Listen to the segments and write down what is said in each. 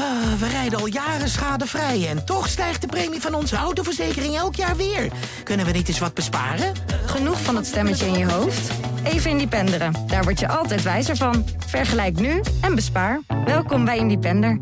We rijden al jaren schadevrij en toch stijgt de premie van onze autoverzekering elk jaar weer. Kunnen we niet eens wat besparen? Genoeg van dat stemmetje in je hoofd? Even Independeren. Daar word je altijd wijzer van. Vergelijk nu en bespaar. Welkom bij Independer.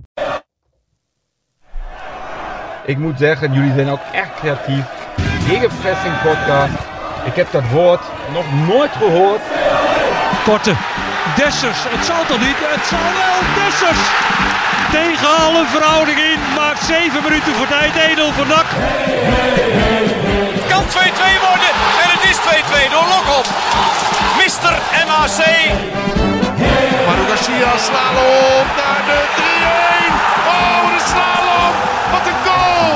Ik moet zeggen, jullie zijn ook echt creatief. Gegenpressing podcast. Ik heb dat woord nog nooit gehoord. Korte. Dessers. Het zal toch niet? Het zal wel. Dessers. Tegen alle verhouding in. Maakt 7 minuten voor tijd. 1-0 voor NAC. Het kan 2-2 worden. En het is 2-2 door Lokop. Mr. MAC. Manu Garcia, slalom naar de 3-1. Oh, de slalom. Wat een goal.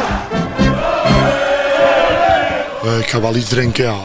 Ik ga wel iets drinken, ja.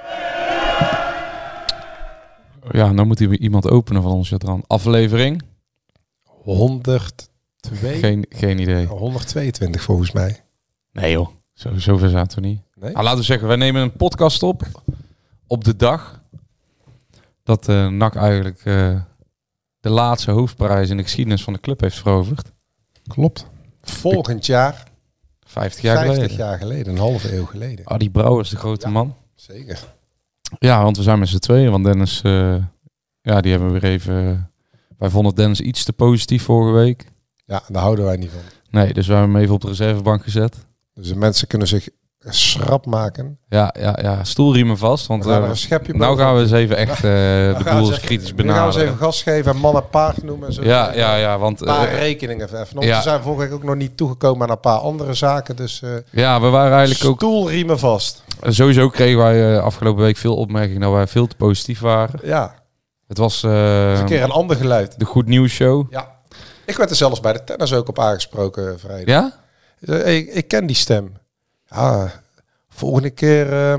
Ja, nou moet iemand openen van ons, Jadran. Aflevering? 102? Geen idee. 122 volgens mij. Nee joh, zover zaten we niet. Nee? Laten we zeggen, wij nemen een podcast op de dag dat NAC eigenlijk de laatste hoofdprijs in de geschiedenis van de club heeft veroverd. Klopt. Volgend jaar 50 jaar 50 geleden. jaar geleden, een halve eeuw geleden. Adi Brouwer is de grote man. Zeker. Ja, want we zijn met z'n tweeën. Want Dennis, die hebben we weer even... Wij vonden Dennis iets te positief vorige week. Ja, daar houden wij niet van. Nee, dus we hebben hem even op de reservebank gezet. Dus de mensen kunnen zich schrap maken. Ja, stoelriemen vast. Want een schepje nou gaan we eens even echt de boel eens kritisch benaderen. Nu gaan we eens even gas geven en man en paard noemen. En zo. Ja, want... Een paar rekeningen even. We zijn vorige week ook nog niet toegekomen aan een paar andere zaken. Dus ja, we waren eigenlijk ook... Stoelriemen vast. Sowieso kregen wij afgelopen week veel opmerkingen dat wij veel te positief waren. Ja. Het was... een keer een ander geluid. De Goed Nieuws Show. Ja. Ik werd er zelfs bij de tennis ook op aangesproken vrijdag. Ja? Ik ken die stem. Ja, volgende keer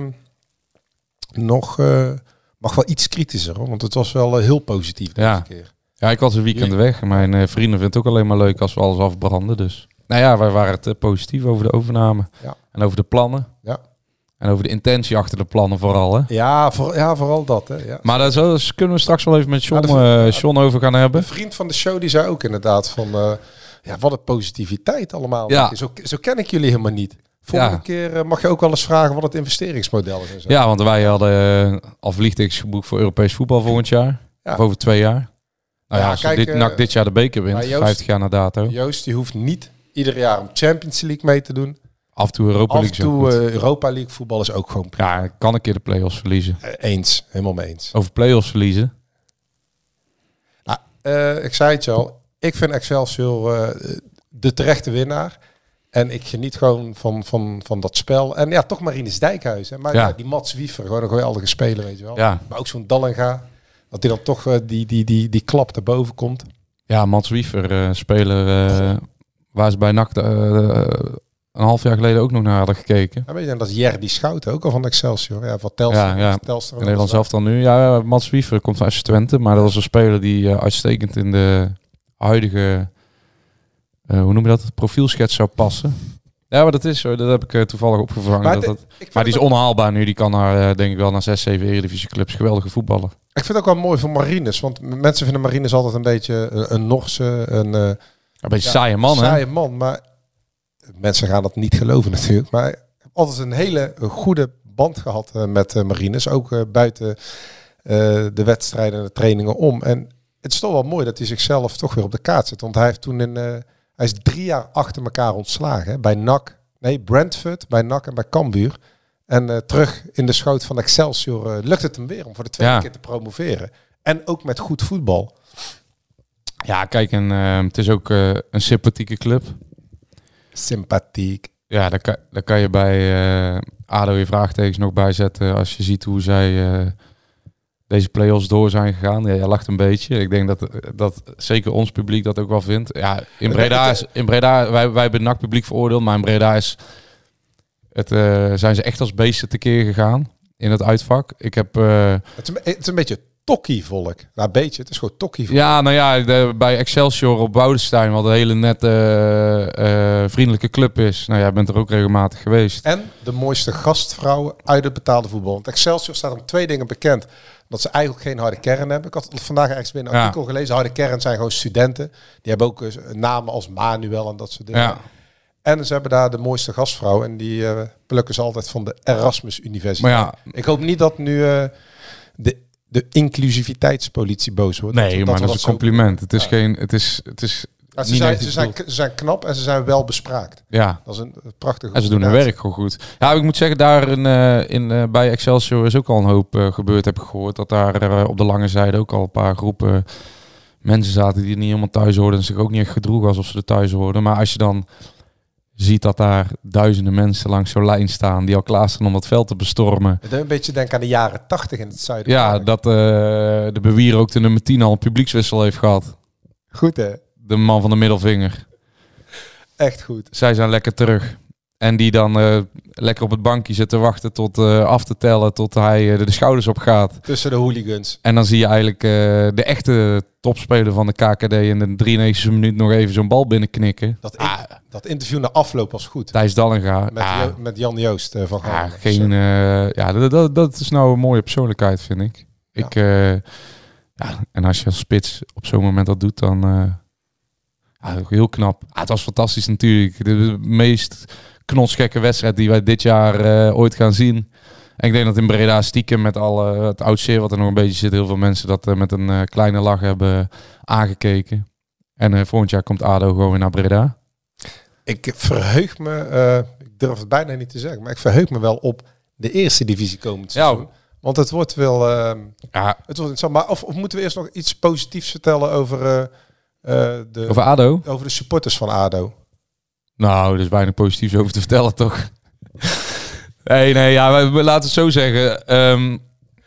mag wel iets kritischer, hoor, want het was wel heel positief deze keer. Ja, ik was een weekend weg. Mijn vrienden vinden het ook alleen maar leuk als we alles afbranden. Dus nou ja, wij waren het positief over de overname. Ja. En over de plannen. Ja. En over de intentie achter de plannen vooral. Hè? Ja, vooral dat. Hè. Ja. Maar daar kunnen we straks wel even met John over gaan hebben. Een vriend van de show die zei ook inderdaad van... wat een positiviteit allemaal. Ja. Zo ken ik jullie helemaal niet. Volgende keer mag je ook wel eens vragen wat het investeringsmodel is. En zo. Ja, want wij hadden al vliegtickets geboekt voor Europees voetbal volgend jaar. Ja. Of over 2 jaar. Nou ja, als NAC dit jaar de beker wint, Joost, 50 jaar na dato. Joost die hoeft niet ieder jaar om Champions League mee te doen. Af en toe Europa League. Europa League voetbal is ook gewoon prima. Ja, kan een keer de play-offs verliezen. Eens, helemaal mee eens. Over play-offs verliezen? Nou, ik zei het je al. Ik vind Excelsior de terechte winnaar. En ik geniet gewoon van dat spel. En ja, toch Marinus Dijkhuis. Hè. Maar die Mats Wiever, gewoon een geweldige speler, weet je wel. Ja. Maar ook zo'n Dallinga. Dat hij dan toch die klap erboven komt. Ja, Mats Wiever, speler waar ze bij NAC een half jaar geleden ook nog naar hadden gekeken. Ja, weet je, en dat is Jerdy Schouten, ook al van Excelsior. Ja, van Telstar. Ja. Telstar in Nederland zelf dan nu. Ja, Mats Wiever komt van FC Twente. Maar dat was een speler die uitstekend in de huidige... hoe noem je dat? Het profielschets zou passen. Ja, maar dat is zo. Dat heb ik toevallig opgevangen. Maar die is onhaalbaar nu. Die kan naar, denk ik wel, naar 6, 7 Eredivisie clubs. Geweldige voetballer. Ik vind het ook wel mooi voor Marinus. Want mensen vinden Marinus altijd een beetje een Norse... Een beetje saaie man, hè? Saaie man, maar mensen gaan dat niet geloven natuurlijk. Maar altijd een hele goede band gehad met Marinus. Ook buiten de wedstrijden en de trainingen om. En het is toch wel mooi dat hij zichzelf toch weer op de kaart zet. Want hij heeft toen hij is 3 jaar achter elkaar ontslagen. Hè? Bij NAC, Brentford, bij NAC en bij Cambuur. En terug in de schoot van Excelsior lukt het hem weer om voor de tweede keer te promoveren. En ook met goed voetbal. Ja, kijk, en het is ook een sympathieke club. Sympathiek. Ja, daar kan je bij ADO je vraagtekens nog bij zetten als je ziet hoe zij deze play-offs door zijn gegaan. Ja, je lacht een beetje. Ik denk dat zeker ons publiek dat ook wel vindt. Ja, in Breda wij hebben NAC publiek veroordeeld, maar in Breda zijn ze echt als beesten tekeer gegaan in het uitvak. Ik heb... Het is een beetje tokkievolk. Nou, een beetje. Het is gewoon tokkievolk. Ja, nou ja, bij Excelsior op Boudestein, wat een hele nette, vriendelijke club is. Nou ja, bent er ook regelmatig geweest. En de mooiste gastvrouwen uit het betaalde voetbal. Want Excelsior staat om 2 dingen bekend. Dat ze eigenlijk geen harde kern hebben. Ik had vandaag ergens weer een artikel gelezen. Harde kern zijn gewoon studenten. Die hebben ook namen als Manuel en dat soort dingen. Ja. En ze hebben daar de mooiste gastvrouw. En die plukken ze altijd van de Erasmus Universiteit. Maar ja, ik hoop niet dat nu de inclusiviteitspolitie boos wordt. Nee, maar dat is een compliment. Het is geen... Het is ze zijn knap en ze zijn wel bespraakt. Ja. Dat is een prachtige. En ze doen hun werk gewoon goed. Ja, ik moet zeggen, daar bij Excelsior is ook al een hoop gebeurd, heb ik gehoord. Dat daar op de lange zijde ook al een paar groepen mensen zaten die er niet helemaal thuis hoorden en zich ook niet echt gedroegen alsof ze er thuis hoorden. Maar als je dan ziet dat daar duizenden mensen langs zo'n lijn staan die al klaar staan om dat veld te bestormen. Het doet een beetje denken aan de jaren 80 in het zuiden. Ja, dat de bewierookte nummer 10 al een publiekswissel heeft gehad. Goed hè? De man van de middelvinger. Echt goed. Zij zijn lekker terug. En die dan lekker op het bankje zitten wachten tot af te tellen tot hij de schouders op gaat. Tussen de hooligans. En dan zie je eigenlijk de echte topspeler van de KKD in de 93e minuut nog even zo'n bal binnenknikken. Dat interview na afloop was goed. Thijs Dallinga. Met Jan Joost van Gaal. Dat is nou een mooie persoonlijkheid, vind ik. En als je als spits op zo'n moment dat doet, dan... heel knap. Het was fantastisch natuurlijk. De meest knotsgekke wedstrijd die wij dit jaar ooit gaan zien. En ik denk dat in Breda stiekem met het oud zeer wat er nog een beetje zit, heel veel mensen dat met een kleine lach hebben aangekeken. En volgend jaar komt ADO gewoon weer naar Breda. Ik verheug me, ik durf het bijna niet te zeggen, maar ik verheug me wel op de eerste divisie komend seizoen. Ja. Want het wordt wel... het wordt interessant. Maar of moeten we eerst nog iets positiefs vertellen over... over ADO? Over de supporters van ADO. Nou, er is weinig positiefs over te vertellen, toch? We laten het zo zeggen.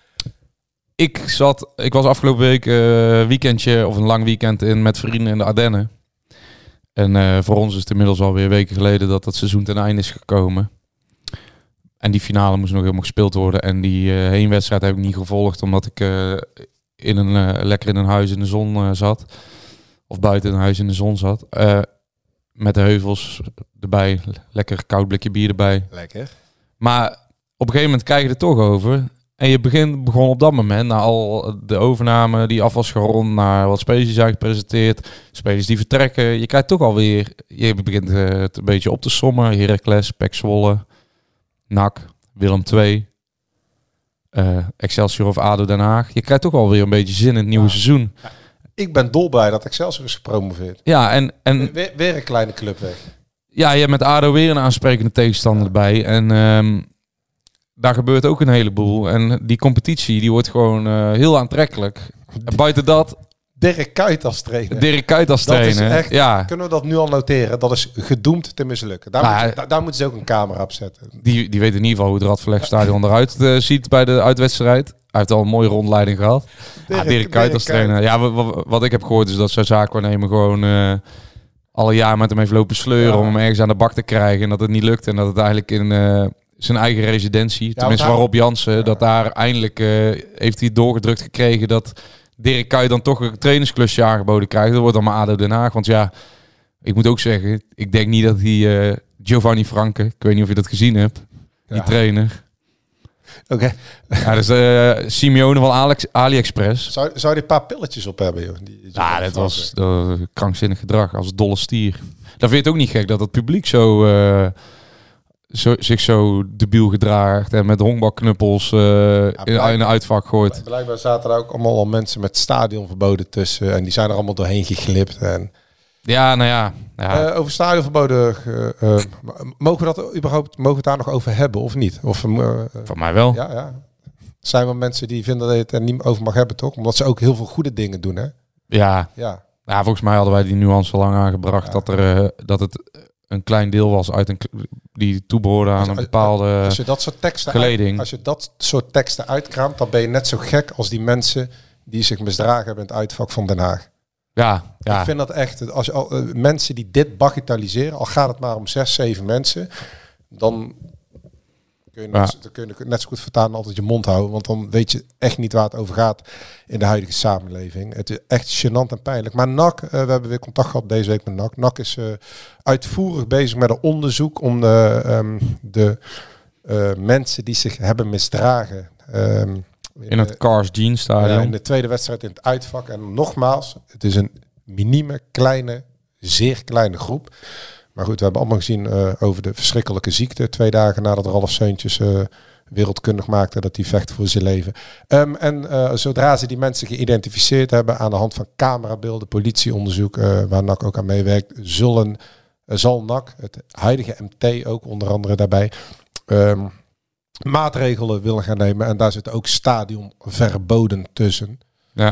Ik was afgelopen week weekendje, of een lang weekend met vrienden in de Ardennen. En voor ons is het inmiddels alweer weken geleden dat seizoen ten einde is gekomen. En die finale moest nog helemaal gespeeld worden. En die heenwedstrijd heb ik niet gevolgd, omdat ik lekker in een huis in de zon zat. Of buiten een huis in de zon zat. Met de heuvels erbij. Lekker koud blikje bier erbij. Lekker. Maar op een gegeven moment krijg je er toch over. En je begon op dat moment, na al de overname die af was gerond, naar wat spelers die zijn gepresenteerd, spelers die vertrekken. Je krijgt toch alweer, je begint het een beetje op te sommen. Heracles, PEC Zwolle, NAC, Willem II, Excelsior of ADO Den Haag. Je krijgt toch alweer een beetje zin in het nieuwe seizoen. Ja. Ik ben dolblij dat Excelsior is gepromoveerd. Ja, en weer een kleine club weg. Ja, je hebt met ADO weer een aansprekende tegenstander erbij. En daar gebeurt ook een heleboel. En die competitie die wordt gewoon heel aantrekkelijk. En buiten dat... Dirk Kuyt als trainer. Dat is echt, kunnen we dat nu al noteren? Dat is gedoemd te mislukken. Daar moeten ze ook een camera op zetten. Die weet in ieder geval hoe het Radverlegstadion eruit ziet bij de uitwedstrijd. Hij heeft al een mooie rondleiding gehad. Dirk Kuyt als trainer. Ja, wat ik heb gehoord is dat zijn zaakwaarnemer gewoon alle jaar met hem heeft lopen sleuren om hem ergens aan de bak te krijgen. En dat het niet lukt. En dat het eigenlijk in zijn eigen residentie, tenminste waarop Jansen, dat daar eindelijk heeft hij doorgedrukt gekregen dat Dirk Kuyt dan toch een trainersklusje aangeboden krijgt. Dat wordt dan maar ADO Den Haag. Want ja, ik moet ook zeggen, ik denk niet dat hij Giovanni Franke, ik weet niet of je dat gezien hebt, die trainer. Oké. Ja, dus Simeone van AliExpress. Zou je er een paar pilletjes op hebben, joh? Dat was krankzinnig gedrag als dolle stier. Dan vind je het ook niet gek dat het publiek zich zo debiel gedraagt en met honkbalknuppels in een uitvak gooit. Blijkbaar zaten er ook allemaal al mensen met stadionverboden tussen en die zijn er allemaal doorheen geglipt. En... over stadionverboden, mogen we dat überhaupt, mogen we het daar nog over hebben of niet? Of, van mij wel. Ja. Er zijn wel mensen die vinden dat je het er niet over mag hebben, toch? Omdat ze ook heel veel goede dingen doen, hè? Ja, volgens mij hadden wij die nuance al lang aangebracht dat het een klein deel was die toebehoorde aan een bepaalde als je dat soort teksten geleding. Als je dat soort teksten uitkraamt, dan ben je net zo gek als die mensen die zich misdragen hebben in het uitvak van Den Haag. Ja. Ik vind dat echt, als je mensen die dit bagatelliseren, al gaat het maar om 6, 7 mensen, dan Dan kun je net zo goed vertaan altijd je mond houden. Want dan weet je echt niet waar het over gaat in de huidige samenleving. Het is echt gênant en pijnlijk. Maar NAC, we hebben weer contact gehad deze week met NAC. NAC is uitvoerig bezig met een onderzoek om de mensen die zich hebben misdragen... in het Cars Jeans stadion. In de tweede wedstrijd in het uitvak. En nogmaals, het is een minieme, kleine, zeer kleine groep. Maar goed, we hebben allemaal gezien over de verschrikkelijke ziekte. 2 dagen nadat Ralf Seuntjes wereldkundig maakte dat hij vecht voor zijn leven. Zodra ze die mensen geïdentificeerd hebben aan de hand van camerabeelden, politieonderzoek, waar NAC ook aan meewerkt, zal NAC, het huidige MT ook onder andere daarbij, maatregelen willen gaan nemen. En daar zit ook stadionverboden tussen. Ja.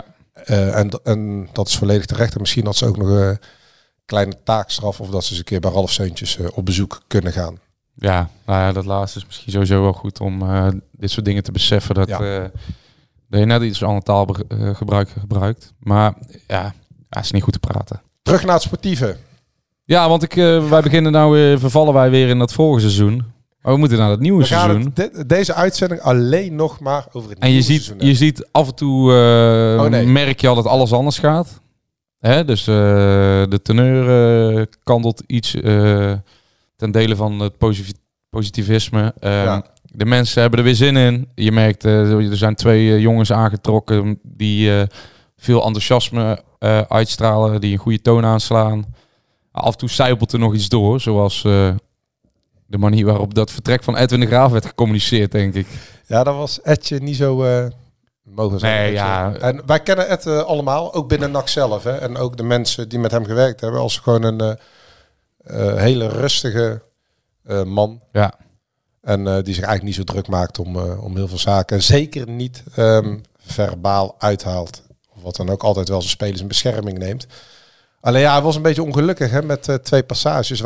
En dat is volledig terecht. En misschien dat ze ook nog kleine taakstraf of dat ze eens een keer bij Ralf Seuntjes op bezoek kunnen gaan. Ja, nou ja, dat laatste is misschien sowieso wel goed om dit soort dingen te beseffen. Dat je net iets andere taal gebruikt. Maar ja, het is niet goed te praten. Terug naar het sportieve. Ja, want wij beginnen nou weer, vervallen wij weer in dat vorige seizoen. Maar we moeten naar het nieuwe seizoen. Deze uitzending alleen nog maar over het en nieuwe seizoen. En je ziet af en toe merk je al dat alles anders gaat. Hè? Dus de teneur kantelt iets ten dele van het positivisme. De mensen hebben er weer zin in. Je merkt, er zijn 2 jongens aangetrokken die veel enthousiasme uitstralen, die een goede toon aanslaan. Af en toe zijpelt er nog iets door, zoals de manier waarop dat vertrek van Edwin de Graaf werd gecommuniceerd, denk ik. Ja, dat was Edje niet zo mogen zijn. Nee, ja. En wij kennen Ed allemaal, ook binnen NAC zelf. Hè? En ook de mensen die met hem gewerkt hebben, als gewoon een hele rustige man. Ja. En die zich eigenlijk niet zo druk maakt om heel veel zaken. En zeker niet verbaal uithaalt. Of wat dan ook, altijd wel zijn spelers in bescherming neemt. Alleen ja, hij was een beetje ongelukkig hè, met 2 passages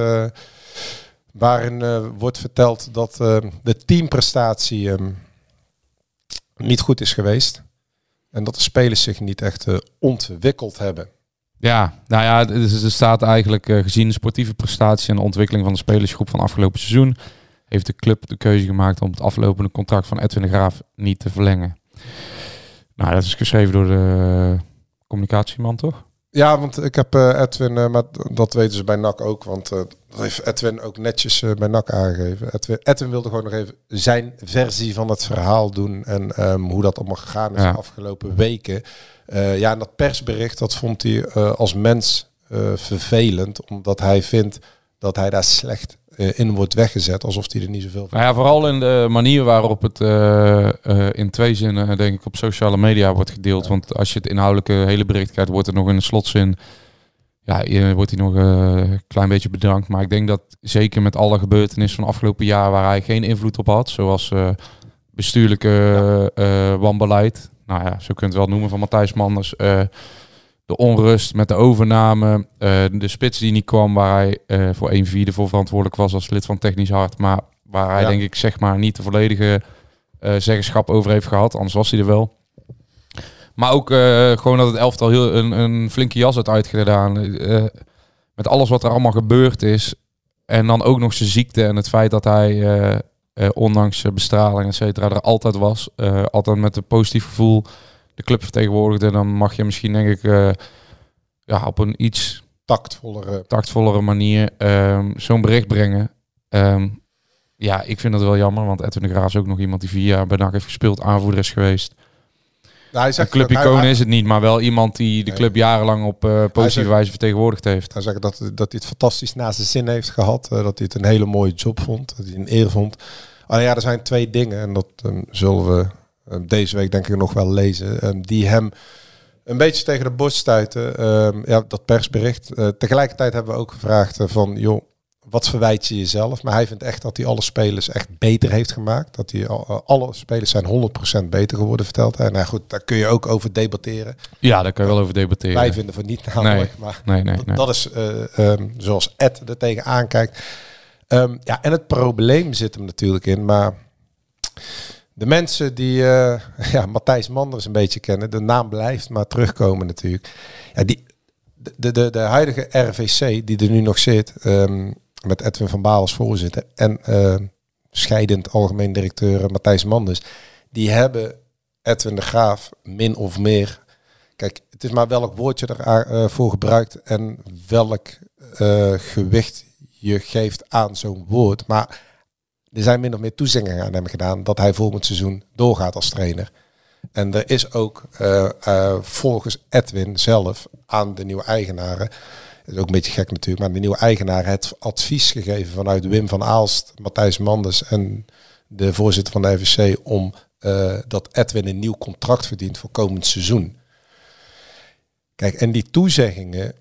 waarin wordt verteld dat de teamprestatie niet goed is geweest. En dat de spelers zich niet echt ontwikkeld hebben. Ja, nou ja, er staat eigenlijk gezien de sportieve prestatie en de ontwikkeling van de spelersgroep van afgelopen seizoen, heeft de club de keuze gemaakt om het aflopende contract van Edwin de Graaf niet te verlengen. Nou, dat is geschreven door de communicatieman, toch? Ja, want ik heb Edwin, maar dat weten ze bij NAC ook, want dat heeft Edwin ook netjes bij NAC aangegeven. Edwin wilde gewoon nog even zijn versie van het verhaal doen en hoe dat allemaal gegaan is de afgelopen weken. En dat persbericht, dat vond hij als mens vervelend, omdat hij vindt dat hij daar slecht in wordt weggezet, alsof hij er niet zoveel van. Nou ja, vooral in de manier waarop het in 2 zinnen, denk ik, op sociale media wordt gedeeld. Ja. Want als je het inhoudelijke hele bericht krijgt, wordt er nog in een slotzin, wordt hij nog een klein beetje bedankt. Maar ik denk dat zeker met alle gebeurtenissen van afgelopen jaar, waar hij geen invloed op had, zoals bestuurlijke wanbeleid, nou ja, zo kun je het wel noemen, van Matthijs Manders, de onrust met de overname, de spits die niet kwam, waar hij voor 1/4 voor verantwoordelijk was als lid van Technisch Hart, maar waar hij denk ik zeg maar niet de volledige zeggenschap over heeft gehad, anders was hij er wel. Maar ook gewoon dat het elftal heel een flinke jas had uitgedaan, met alles wat er allemaal gebeurd is en dan ook nog zijn ziekte en het feit dat hij ondanks bestraling et cetera er altijd was, altijd met een positief gevoel de club vertegenwoordigde, dan mag je misschien denk ik op een iets tactvollere manier zo'n bericht brengen. Ik vind dat wel jammer, want Edwin de Graaf is ook nog iemand die 4 jaar bij NAC heeft gespeeld, aanvoerder is geweest. Nou, hij zegt een clubicoon is het niet, maar wel iemand die de club jarenlang op positieve wijze vertegenwoordigd heeft. Hij zegt dat hij het fantastisch naar zijn zin heeft gehad, dat hij het een hele mooie job vond, dat hij een eer vond. Alleen er zijn 2 dingen en dat zullen we deze week denk ik nog wel lezen, die hem een beetje tegen de borst stuiten. Dat persbericht. Tegelijkertijd hebben we ook gevraagd van, joh, wat verwijt je jezelf? Maar hij vindt echt dat hij alle spelers echt beter heeft gemaakt. Dat hij alle spelers zijn 100% beter geworden, verteld. En nou goed, daar kun je ook over debatteren. Ja, daar kun je wel over debatteren. Wij vinden van niet namelijk, dat is zoals Ed er tegenaan kijkt. En het probleem zit hem natuurlijk in, maar de mensen die Matthijs Manders een beetje kennen, de naam blijft maar terugkomen natuurlijk. Ja, de huidige RVC die er nu nog zit, met Edwin van Baal als voorzitter en scheidend algemeen directeur Matthijs Manders, die hebben Edwin de Graaf min of meer... Kijk, het is maar welk woord je ervoor gebruikt en welk gewicht je geeft aan zo'n woord. Maar er zijn min of meer toezeggingen aan hem gedaan dat hij volgend seizoen doorgaat als trainer. En er is ook volgens Edwin zelf aan de nieuwe eigenaren, dat is ook een beetje gek natuurlijk, maar de nieuwe eigenaren het advies gegeven vanuit Wim van Aalst, Matthijs Manders en de voorzitter van de FVC om dat Edwin een nieuw contract verdient voor komend seizoen. Kijk, en die toezeggingen,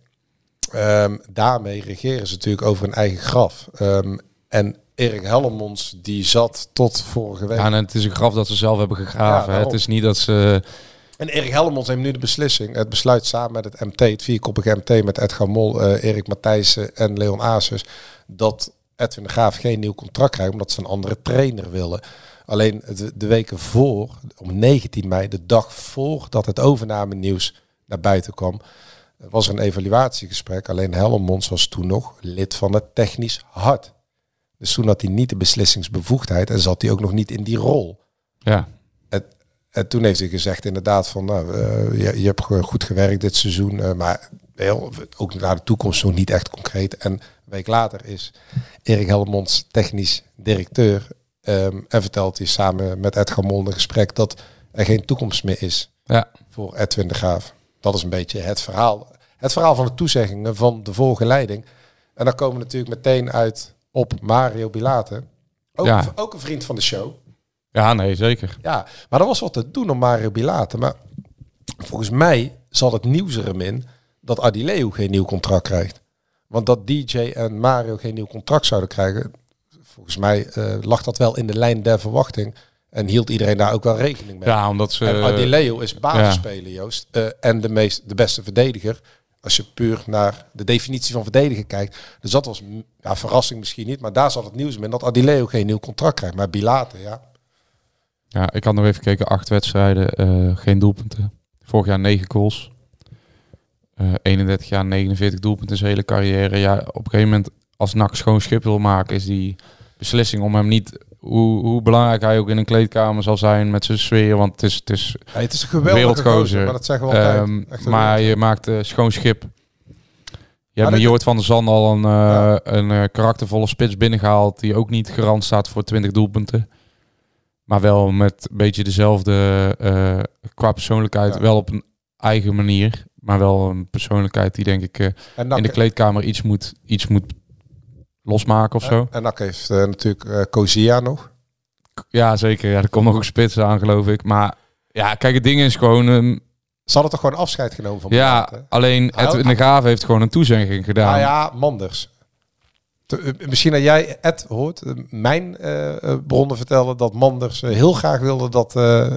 daarmee regeren ze natuurlijk over hun eigen graf. En Erik Hellemons, die zat tot vorige week... Ja, en het is een graf dat ze zelf hebben gegraven. Het is niet dat ze... En Erik Hellemons heeft nu de beslissing. Het besluit samen met het MT, het vierkoppige MT... met Edgar Mol, Erik Matthijssen en Leon Azers... dat Edwin de Graaf geen nieuw contract krijgt... omdat ze een andere trainer willen. Alleen de weken voor, om 19 mei... de dag voordat het overname-nieuws naar buiten kwam... was er een evaluatiegesprek. Alleen Hellemons was toen nog lid van het technisch hart. Dus toen had hij niet de beslissingsbevoegdheid en zat hij ook nog niet in die rol. Ja. En toen heeft hij gezegd inderdaad van, nou, je hebt goed gewerkt dit seizoen, maar ook naar de toekomst nog niet echt concreet. En een week later is Erik Hellemons technisch directeur en vertelt hij samen met Edgar Mol een gesprek dat er geen toekomst meer is voor Edwin de Graaf. Dat is een beetje het verhaal. Het verhaal van de toezeggingen van de vorige leiding. En dan komen we natuurlijk meteen uit op Mario Bilate. Ook een vriend van de show. Ja, nee, zeker. Ja, maar er was wat te doen om Mario Bilate. Maar volgens mij zat het nieuws erin in dat Adileu geen nieuw contract krijgt. Want dat DJ en Mario geen nieuw contract zouden krijgen, volgens mij lag dat wel in de lijn der verwachting. En hield iedereen daar ook wel rekening mee. Ja, omdat ze... En Adileu is basisspeler, Joost. En de beste verdediger. Als je puur naar de definitie van verdedigen kijkt. Dus dat was verrassing misschien niet. Maar daar zat het nieuws in dat Adileu geen nieuw contract krijgt. Maar Bilate, Ja, ik had nog even gekeken. 8 wedstrijden, geen doelpunten. Vorig jaar 9 goals. 31 jaar, 49 doelpunten in zijn hele carrière. Ja, op een gegeven moment, als NAC schoon schip wil maken, is die beslissing om hem niet... Hoe belangrijk hij ook in een kleedkamer zal zijn met zijn sfeer. Want het is een geweldige gozer, maar dat zeggen we altijd. Maar je maakt schoon schip. Je hebt met Joort van der Zand al een karaktervolle spits binnengehaald die ook niet garant staat voor 20 doelpunten. Maar wel met een beetje dezelfde qua persoonlijkheid. Wel op een eigen manier. Maar wel een persoonlijkheid die denk ik in de kleedkamer iets moet losmaken of zo. En NAC heeft natuurlijk Kozia nog. Ja, zeker. Ja, er komt nog een spits aan, geloof ik. Maar ja, kijk, het ding is gewoon... Ze hadden toch gewoon afscheid genomen van Bilate? Alleen Edwin de Graaf heeft gewoon een toezegging gedaan. Nou ja, Manders. Misschien dat jij Ed hoort. Mijn bronnen vertellen dat Manders heel graag wilde dat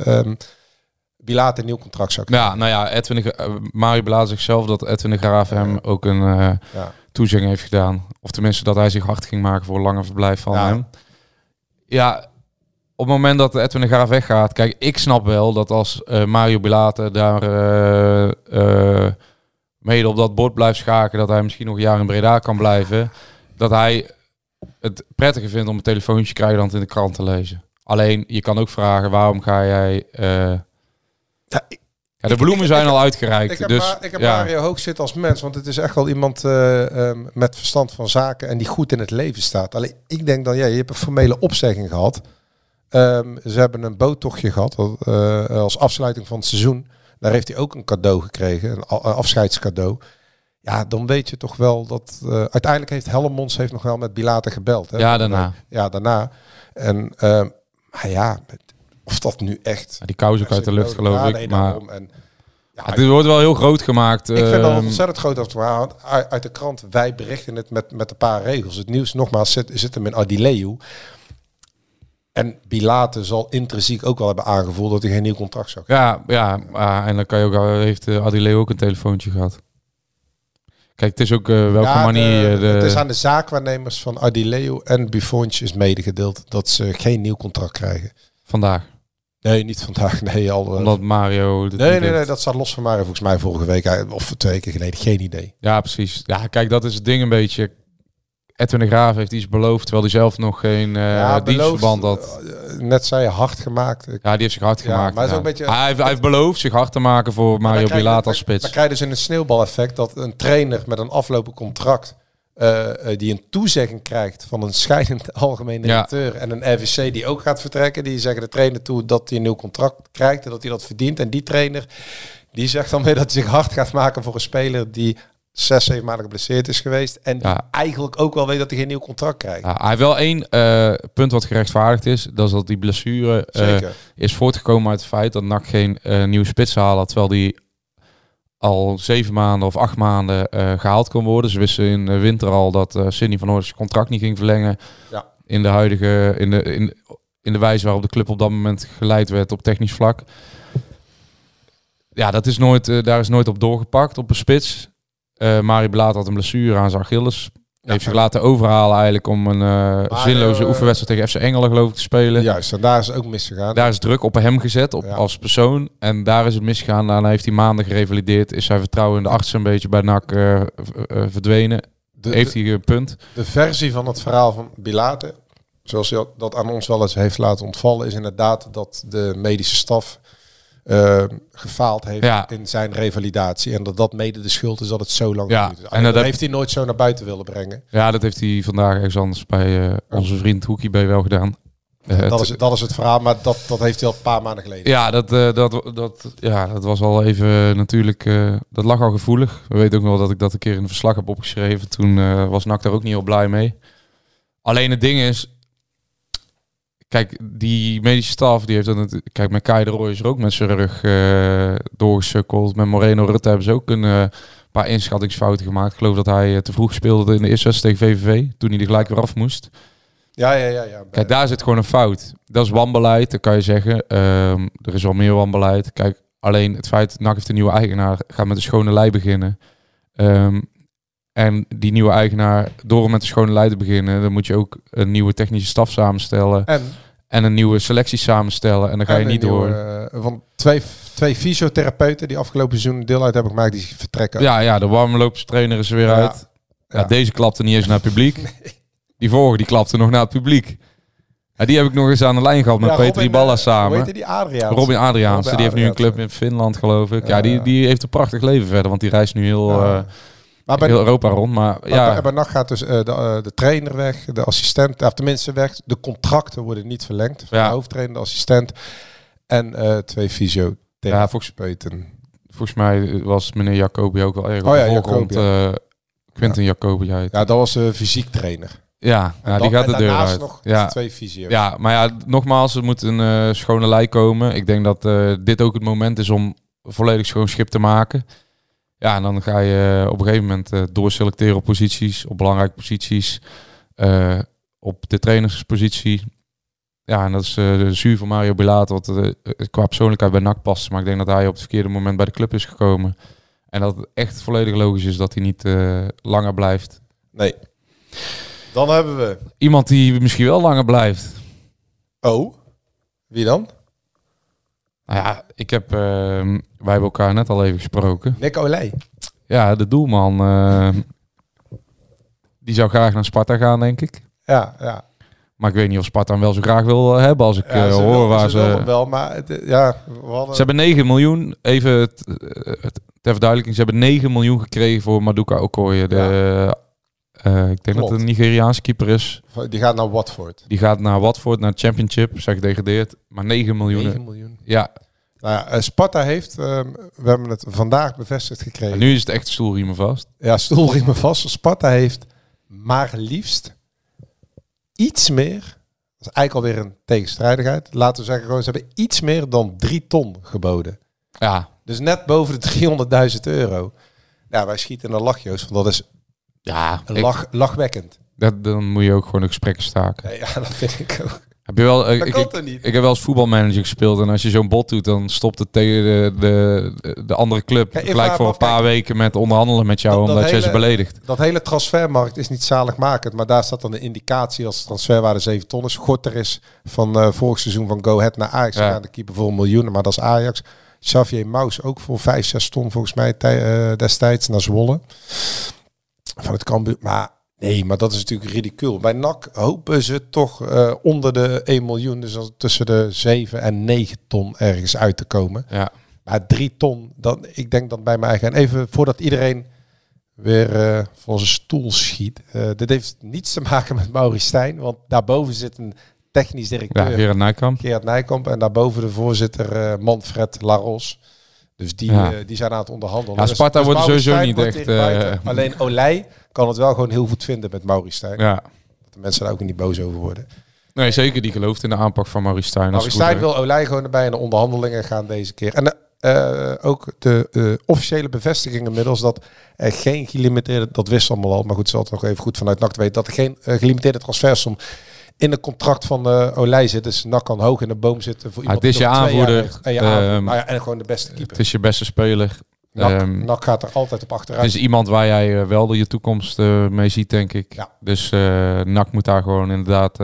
Bilate een nieuw contract zou krijgen. Ja, nou ja, Mario Bilate zegt zelf dat Edwin de Graaf hem ook een toezegging heeft gedaan. Of tenminste dat hij zich hard ging maken voor een langer verblijf van hem. Ja, op het moment dat Edwin de Graaf weggaat... Kijk, ik snap wel dat als Mario Bilate daar mede op dat bord blijft schaken... dat hij misschien nog een jaar in Breda kan blijven... dat hij het prettiger vindt om een telefoontje te krijgen dan het in de krant te lezen. Alleen, je kan ook vragen, waarom ga jij... de bloemen zijn al uitgereikt. Ik heb Mario hoog zitten als mens, want het is echt wel iemand met verstand van zaken en die goed in het leven staat. Alleen ik denk dan, je hebt een formele opzegging gehad. Ze hebben een boottochtje gehad als afsluiting van het seizoen. Daar heeft hij ook een cadeau gekregen, een afscheidscadeau. Ja, dan weet je toch wel dat... uiteindelijk heeft Hellemons nog wel met Bilate gebeld. Hè? Ja, daarna. Ja, daarna. En maar ja... Of dat nu echt... Ja, die kous ook uit de lucht, geloof ik. Nee, maar en, het wordt wel heel groot gemaakt. Ik vind dat ontzettend groot. Uit de krant, wij berichten het met een paar regels. Het nieuws, nogmaals, zit hem in Adileu. En Bilate zal intrinsiek ook wel hebben aangevoeld dat hij geen nieuw contract zou krijgen. Ja, en dan kan je ook, heeft Adileu ook een telefoontje gehad. Kijk, het is ook welke manier... Het is aan de zaakwaarnemers van Adileu en Buffontje is medegedeeld dat ze geen nieuw contract krijgen. Vandaag? Nee, niet vandaag. Nee, omdat Mario... Nee, dat staat los van Mario volgens mij vorige week. Of 2 keer geleden. Geen idee. Ja, precies. Ja, kijk, dat is het ding een beetje. Edwin de Graaf heeft iets beloofd, terwijl hij zelf nog geen dienstverband had. Net zei je hard gemaakt. Ja, die heeft zich hard gemaakt. Maar is ook een beetje, hij heeft beloofd zich hard te maken voor Mario Bilaat als spits. Dan krijg je dus een sneeuwbaleffect dat een trainer met een aflopend contract die een toezegging krijgt van een scheidend algemeen directeur en een RVC die ook gaat vertrekken. Die zeggen de trainer toe dat hij een nieuw contract krijgt en dat hij dat verdient. En die trainer die zegt dan weer dat hij zich hard gaat maken voor een speler die 6-7 maanden geblesseerd is geweest. En die eigenlijk ook wel weet dat hij geen nieuw contract krijgt. Ja, hij heeft wel één punt wat gerechtvaardigd is. Dat is dat die blessure is voortgekomen uit het feit dat NAC geen nieuwe spits haalde. Terwijl die al 7 maanden of 8 maanden gehaald kon worden. Ze wisten in de winter al dat Sidney van Oort zijn contract niet ging verlengen. Ja. In de huidige, in de wijze waarop de club op dat moment geleid werd op technisch vlak. Ja, dat is nooit, daar is nooit op doorgepakt op een spits. Mario Bilaat had een blessure aan zijn Achilles. Heeft zich laten overhalen eigenlijk om een zinloze oefenwedstrijd tegen FC Engelen geloof ik te spelen. Juist, en daar is het ook misgegaan. Daar is druk op hem gezet als persoon. En daar is het misgegaan. Daarna heeft hij maanden gerevalideerd. Is zijn vertrouwen in de artsen een beetje bij NAC verdwenen. Heeft hij een punt. De versie van het verhaal van Bilaat, zoals hij dat aan ons wel eens heeft laten ontvallen, is inderdaad dat de medische staf gefaald heeft in zijn revalidatie. En dat mede de schuld is dat het zo lang duurt. En dat heeft hij nooit zo naar buiten willen brengen. Ja, dat heeft hij vandaag ergens anders bij onze vriend Hoekie B wel gedaan. Dat is het verhaal, maar dat heeft hij al een paar maanden geleden. Ja, dat was al even natuurlijk... dat lag al gevoelig. We weten ook nog dat ik dat een keer in een verslag heb opgeschreven. Toen was NAC daar ook niet heel blij mee. Alleen het ding is... Kijk, die medische staf, die heeft dat. Kijk, met Kai de Roy is er ook met zijn rug doorgesukkeld. Met Moreno Rutte hebben ze ook een paar inschattingsfouten gemaakt. Ik geloof dat hij te vroeg speelde in de eerste wedstrijd tegen VVV. Toen hij er gelijk weer af moest. Ja. Kijk, daar zit gewoon een fout. Dat is wanbeleid, dat kan je zeggen. Er is wel meer wanbeleid. Kijk, alleen het feit dat NAC heeft een nieuwe eigenaar gaat met een schone lei beginnen. En die nieuwe eigenaar, door met de schone lei te beginnen, dan moet je ook een nieuwe technische staf samenstellen. En een nieuwe selectie samenstellen. En dan ga je niet door. Van twee fysiotherapeuten die afgelopen seizoen deel uit hebben gemaakt, die vertrekken. Ja, de warmloopstrainer is er weer uit. Ja, deze klapte niet eens naar het publiek. Nee. Die vorige, die klapte nog naar het publiek. Ja, die heb ik nog eens aan de lijn gehad met Peter Iballa samen. Hoe heet die Adriaans? Robin Adriaans. Die heeft nu een club in Finland, geloof ik. Ja, die heeft een prachtig leven verder, want die reist nu heel Europa rond. Maar bij NAC gaat dus de trainer weg, de assistent, of tenminste weg. De contracten worden niet verlengd. Van de hoofdtrainer, de assistent en 2 fysiotherapeuten. Volgens mij was meneer Jacobi ook wel erg voorgrond. Quinten Jacobi uit. Ja, dat was de fysiek trainer. Ja, die gaat de deur uit. Nog 2 fysio. Ja, maar nogmaals, er moet een schone lei komen. Ik denk dat dit ook het moment is om volledig schoon schip te maken. Ja, en dan ga je op een gegeven moment doorselecteren op posities, op belangrijke posities, op de trainerspositie. Ja, en dat is zuur voor Mario Bilaat, wat qua persoonlijkheid bij NAC past. Maar ik denk dat hij op het verkeerde moment bij de club is gekomen. En dat het echt volledig logisch is dat hij niet langer blijft. Nee. Dan hebben we... iemand die misschien wel langer blijft. Oh, wie dan? Nou ja, wij hebben elkaar net al even gesproken. Nick Olij. Ja, de doelman. Die zou graag naar Sparta gaan, denk ik. Ja. Maar ik weet niet of Sparta hem wel zo graag wil hebben als ik hoor waar ze... wel, maar Ze hebben 9 miljoen, even ter verduidelijking, ze hebben 9 miljoen gekregen voor Maduka Okoye. Ik denk dat het een Nigeriaanse keeper is. Die gaat naar Watford. Naar Championship, zeg gedegradeerd. Maar 9 miljoen. 9 miljoen. Ja. Nou ja, Sparta heeft, we hebben het vandaag bevestigd gekregen. En nu is het echt stoelriemen vast. Ja, stoelriemen vast. Sparta heeft maar liefst iets meer, dat is eigenlijk alweer een tegenstrijdigheid. Laten we zeggen, ze hebben iets meer dan 3 ton geboden. Ja. Dus net boven de €300.000. Ja, wij schieten een lach, Joost, want dat is lachwekkend. Dan moet je ook gewoon een gesprek staken. Nee, ja, dat vind ik ook. Heb je wel, ik heb wel als voetbalmanager gespeeld en als je zo'n bot doet, dan stopt het tegen de andere club gelijk voor een paar weken met onderhandelen met jou, omdat jij ze beledigt. Dat hele transfermarkt is niet zaligmakend, maar daar staat dan de indicatie als transferwaarde 7 ton is. Gorter is van vorig seizoen van Go Ahead naar Ajax gegaan, de keeper voor 1 miljoen, maar dat is Ajax. Xavier Maus ook voor 5-6 ton volgens mij destijds naar Zwolle. Van het Cambuur, maar Nee, maar dat is natuurlijk ridicuul. Bij NAC hopen ze toch onder de 1 miljoen, dus tussen de 7 en 9 ton ergens uit te komen. Ja. Maar 3 ton, ik denk dat bij mijn eigen... En even voordat iedereen weer voor zijn stoel schiet. Dit heeft niets te maken met Maurice Stijn, want daarboven zit een technisch directeur. Ja, Gerard Nijkamp. En daarboven de voorzitter Manfred Laros. Dus die zijn aan het onderhandelen. Ja, Sparta dus wordt sowieso Stijn niet echt... Alleen Olij kan het wel gewoon heel goed vinden met Maurice Stijn. Ja. Dat de mensen daar ook niet boos over worden. Nee, zeker. Die gelooft in de aanpak van Maurice Stijn. Maurice Stijn wil Olij gewoon erbij in de onderhandelingen gaan deze keer. En ook de officiële bevestiging inmiddels dat er geen gelimiteerde... Dat wist allemaal al, maar goed, ze had nog even goed vanuit NAC te weten... dat er geen gelimiteerde transfersom in het contract van Olij zit. Dus NAC kan hoog in de boom zitten voor iemand. Het is je aanvoerder. En gewoon de beste keeper. Het is je beste speler. NAC gaat er altijd op achteruit. Het is iemand waar jij wel je toekomst mee ziet, denk ik. Ja. Dus NAC moet daar gewoon inderdaad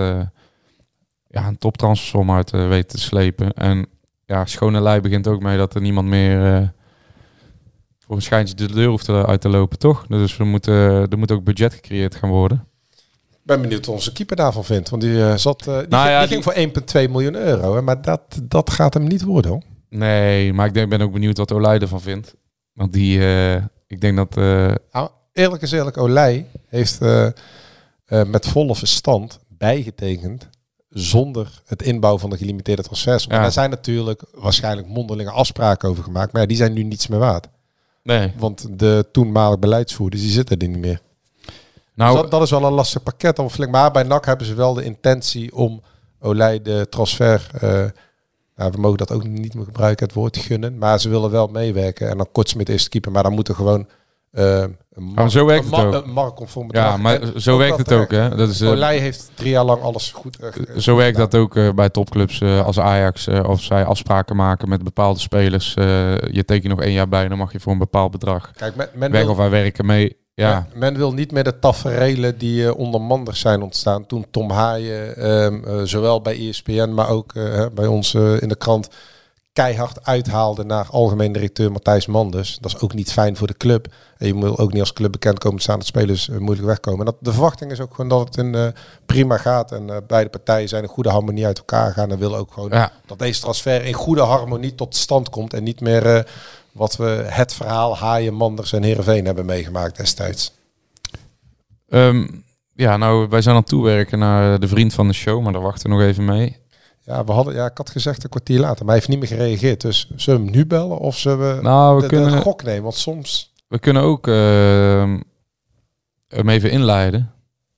een toptransfersom uit weten te slepen. En ja, schone lei begint ook mee dat er niemand meer voor een schijntje de deur hoeft uit te lopen, toch? Dus er moet ook budget gecreëerd gaan worden. Ik ben benieuwd wat onze keeper daarvan vindt. Want die ging voor 1,2 miljoen euro. Hè? Maar dat gaat hem niet worden, hoor. Nee, maar ik ben ook benieuwd wat Olij ervan vindt. Want ik denk dat... Eerlijk is eerlijk, Olij heeft met volle verstand bijgetekend zonder het inbouwen van de gelimiteerde transfers. Maar daar zijn natuurlijk waarschijnlijk mondelinge afspraken over gemaakt. Maar die zijn nu niets meer waard. Nee. Want de toenmalig beleidsvoerders, die zitten er niet meer. Nou, dus dat is wel een lastig pakket. Flink. Maar bij NAC hebben ze wel de intentie om Olij de transfer... we mogen dat ook niet meer gebruiken, het woord gunnen. Maar ze willen wel meewerken. En dan Kortsmit is de keeper. Maar dan moet er gewoon een marktconform bedrag. Ja, maar zo werkt het ook. Hè? Dat is, Olij heeft 3 jaar lang alles goed zo werkt dat ook bij topclubs als Ajax. Of zij afspraken maken met bepaalde spelers. Je tekent nog 1 jaar bij, dan mag je voor een bepaald bedrag. Kijk, of wij werken mee. Ja. Men wil niet meer de taferelen die onder Manders zijn ontstaan. Toen Tom Haaien, zowel bij ESPN, maar ook bij ons in de krant, keihard uithaalde naar algemeen directeur Matthijs Manders. Dat is ook niet fijn voor de club. En je moet ook niet als club bekend komen te staan dat spelers moeilijk wegkomen. En de verwachting is ook gewoon dat het prima gaat. En beide partijen zijn in goede harmonie uit elkaar gaan. En willen ook gewoon dat deze transfer in goede harmonie tot stand komt. En niet meer... wat we het verhaal Haaien, Manders en Heerenveen hebben meegemaakt destijds. Wij zijn aan het toewerken naar de vriend van de show, maar daar wachten we nog even mee. Ja, ik had gezegd een kwartier later, maar hij heeft niet meer gereageerd. Dus zullen we hem nu bellen of zullen we de gok nemen? Want soms... We kunnen ook hem even inleiden.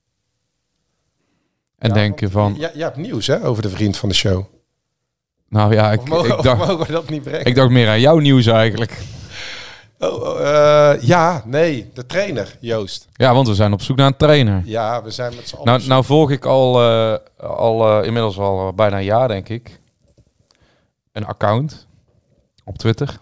En denken van... Ja, je hebt nieuws hè, over de vriend van de show. Nou ja, mogen we dat niet brengen? Ik dacht meer aan jouw nieuws eigenlijk. De trainer, Joost. Ja, want we zijn op zoek naar een trainer. Ja, we zijn met z'n allen. Nou volg ik inmiddels al bijna een jaar, denk ik, een account op Twitter.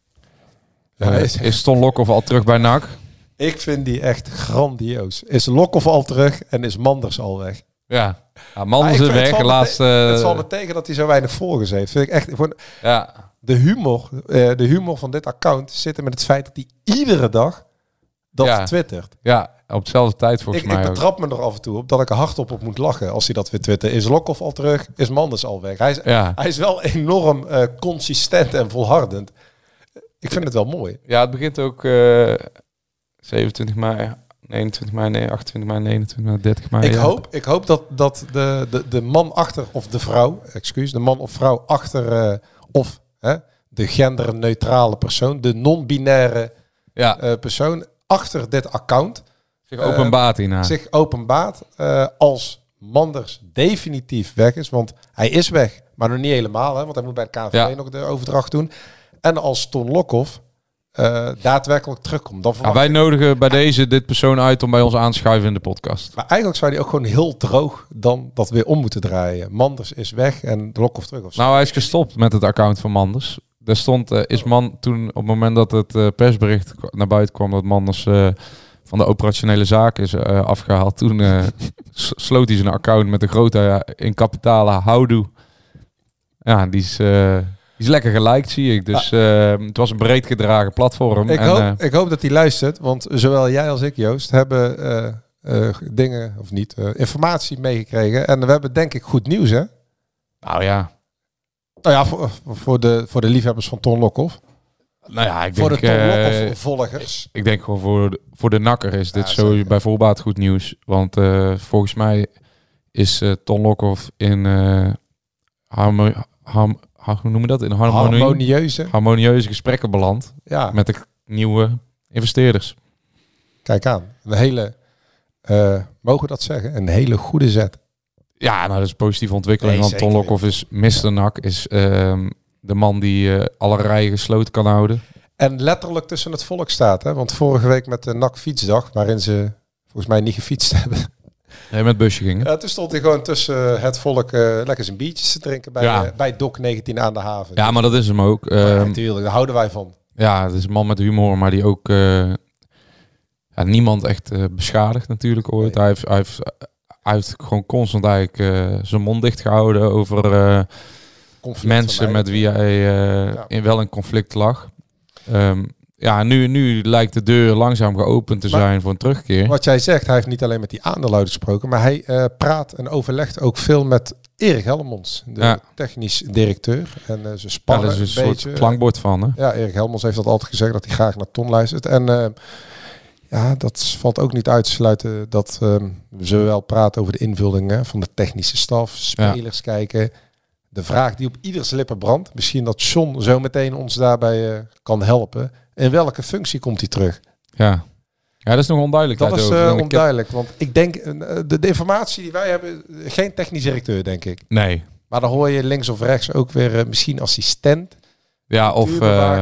Is Ton Lokhoff al terug bij NAC? Ik vind die echt grandioos. Is Lokhoff al terug en is Manders al weg? Ja, Manders is weg. Het zal betekenen dat hij zo weinig volgers heeft. Vind ik echt. De humor van dit account zit er met het feit dat hij iedere dag twittert. Ja, op dezelfde tijd volgens mij. Ik betrap me er af en toe op dat ik er hardop op moet lachen als hij dat weer twittert. Is Lokhoff al terug? Is Manders al weg? Hij is wel enorm consistent en volhardend. Ik vind het wel mooi. Ja, het begint ook 27 mei... 21 mei, 28 mei, 29 mei, 30 mei. Ik hoop dat de man achter, of de vrouw, de man of vrouw achter, de genderneutrale persoon, de non-binaire persoon achter dit account zich openbaart als Manders definitief weg is. Want hij is weg, maar nog niet helemaal, want hij moet bij de KNVB nog de overdracht doen. En als Ton Lokhoff daadwerkelijk terugkomt. Wij nodigen bij dit persoon uit om bij ons aan te schuiven in de podcast. Maar eigenlijk zou hij ook gewoon heel droog dan dat weer om moeten draaien. Manders is weg en Lokhoff terug. Of zo. Nou, hij is gestopt met het account van Manders. Daar stond toen op het moment dat het persbericht naar buiten kwam dat Manders van de operationele zaken is afgehaald. Toen sloot hij zijn account met een grote in kapitale houdoe. Ja, die is lekker geliked, zie ik. Dus het was een breed gedragen platform. Ik hoop dat hij luistert, want zowel jij als ik, Joost, hebben dingen, of niet, informatie meegekregen. En we hebben denk ik goed nieuws, hè? Nou ja. Nou ja, voor de liefhebbers van Ton Lokhoff. Nou ja, ik voor denk... de Ton Lokhoff-volgers. Ik denk gewoon voor de nakker is dit zo bij voorbaat goed nieuws. Want volgens mij is Ton Lokhoff in... hoe noem je dat? In harmonieuze gesprekken beland. Ja. Met de nieuwe investeerders. Kijk aan. Een hele... mogen we dat zeggen? Een hele goede zet. Ja, nou dat is een positieve ontwikkeling. Want Ton Lokhoff is Mr. NAC. Is de man die alle rijen gesloten kan houden. En letterlijk tussen het volk staat. Hè? Want vorige week met de NAC fietsdag, waarin ze volgens mij niet gefietst hebben. Nee, met busje gingen. Ja, toen stond hij gewoon tussen het volk lekker zijn biertjes te drinken bij Doc 19 aan de haven. Ja, maar dat is hem ook. Natuurlijk, daar houden wij van. Ja, het is een man met humor, maar die ook niemand echt beschadigt natuurlijk ooit. Nee. Hij heeft gewoon constant eigenlijk zijn mond dicht gehouden over mensen met wie hij wel in conflict lag. Nu lijkt de deur langzaam geopend te zijn voor een terugkeer. Wat jij zegt, hij heeft niet alleen met die aandeelhouders gesproken, maar hij praat en overlegt ook veel met Erik Helmonds, de technisch directeur. En ze sparren dat is een beetje. Soort klankbord van. Hè? Ja, Erik Helmonds heeft dat altijd gezegd, dat hij graag naar Ton luistert. En dat valt ook niet uit te sluiten dat we wel praten over de invulling van de technische staf, spelers kijken. De vraag die op ieders lippen brandt, misschien dat John zo meteen ons daarbij kan helpen. In welke functie komt hij terug? Ja, dat is nog onduidelijk. Dat is onduidelijk, want ik denk, de informatie die wij hebben, geen technisch directeur, denk ik. Nee. Maar dan hoor je links of rechts ook weer misschien assistent. Ja, of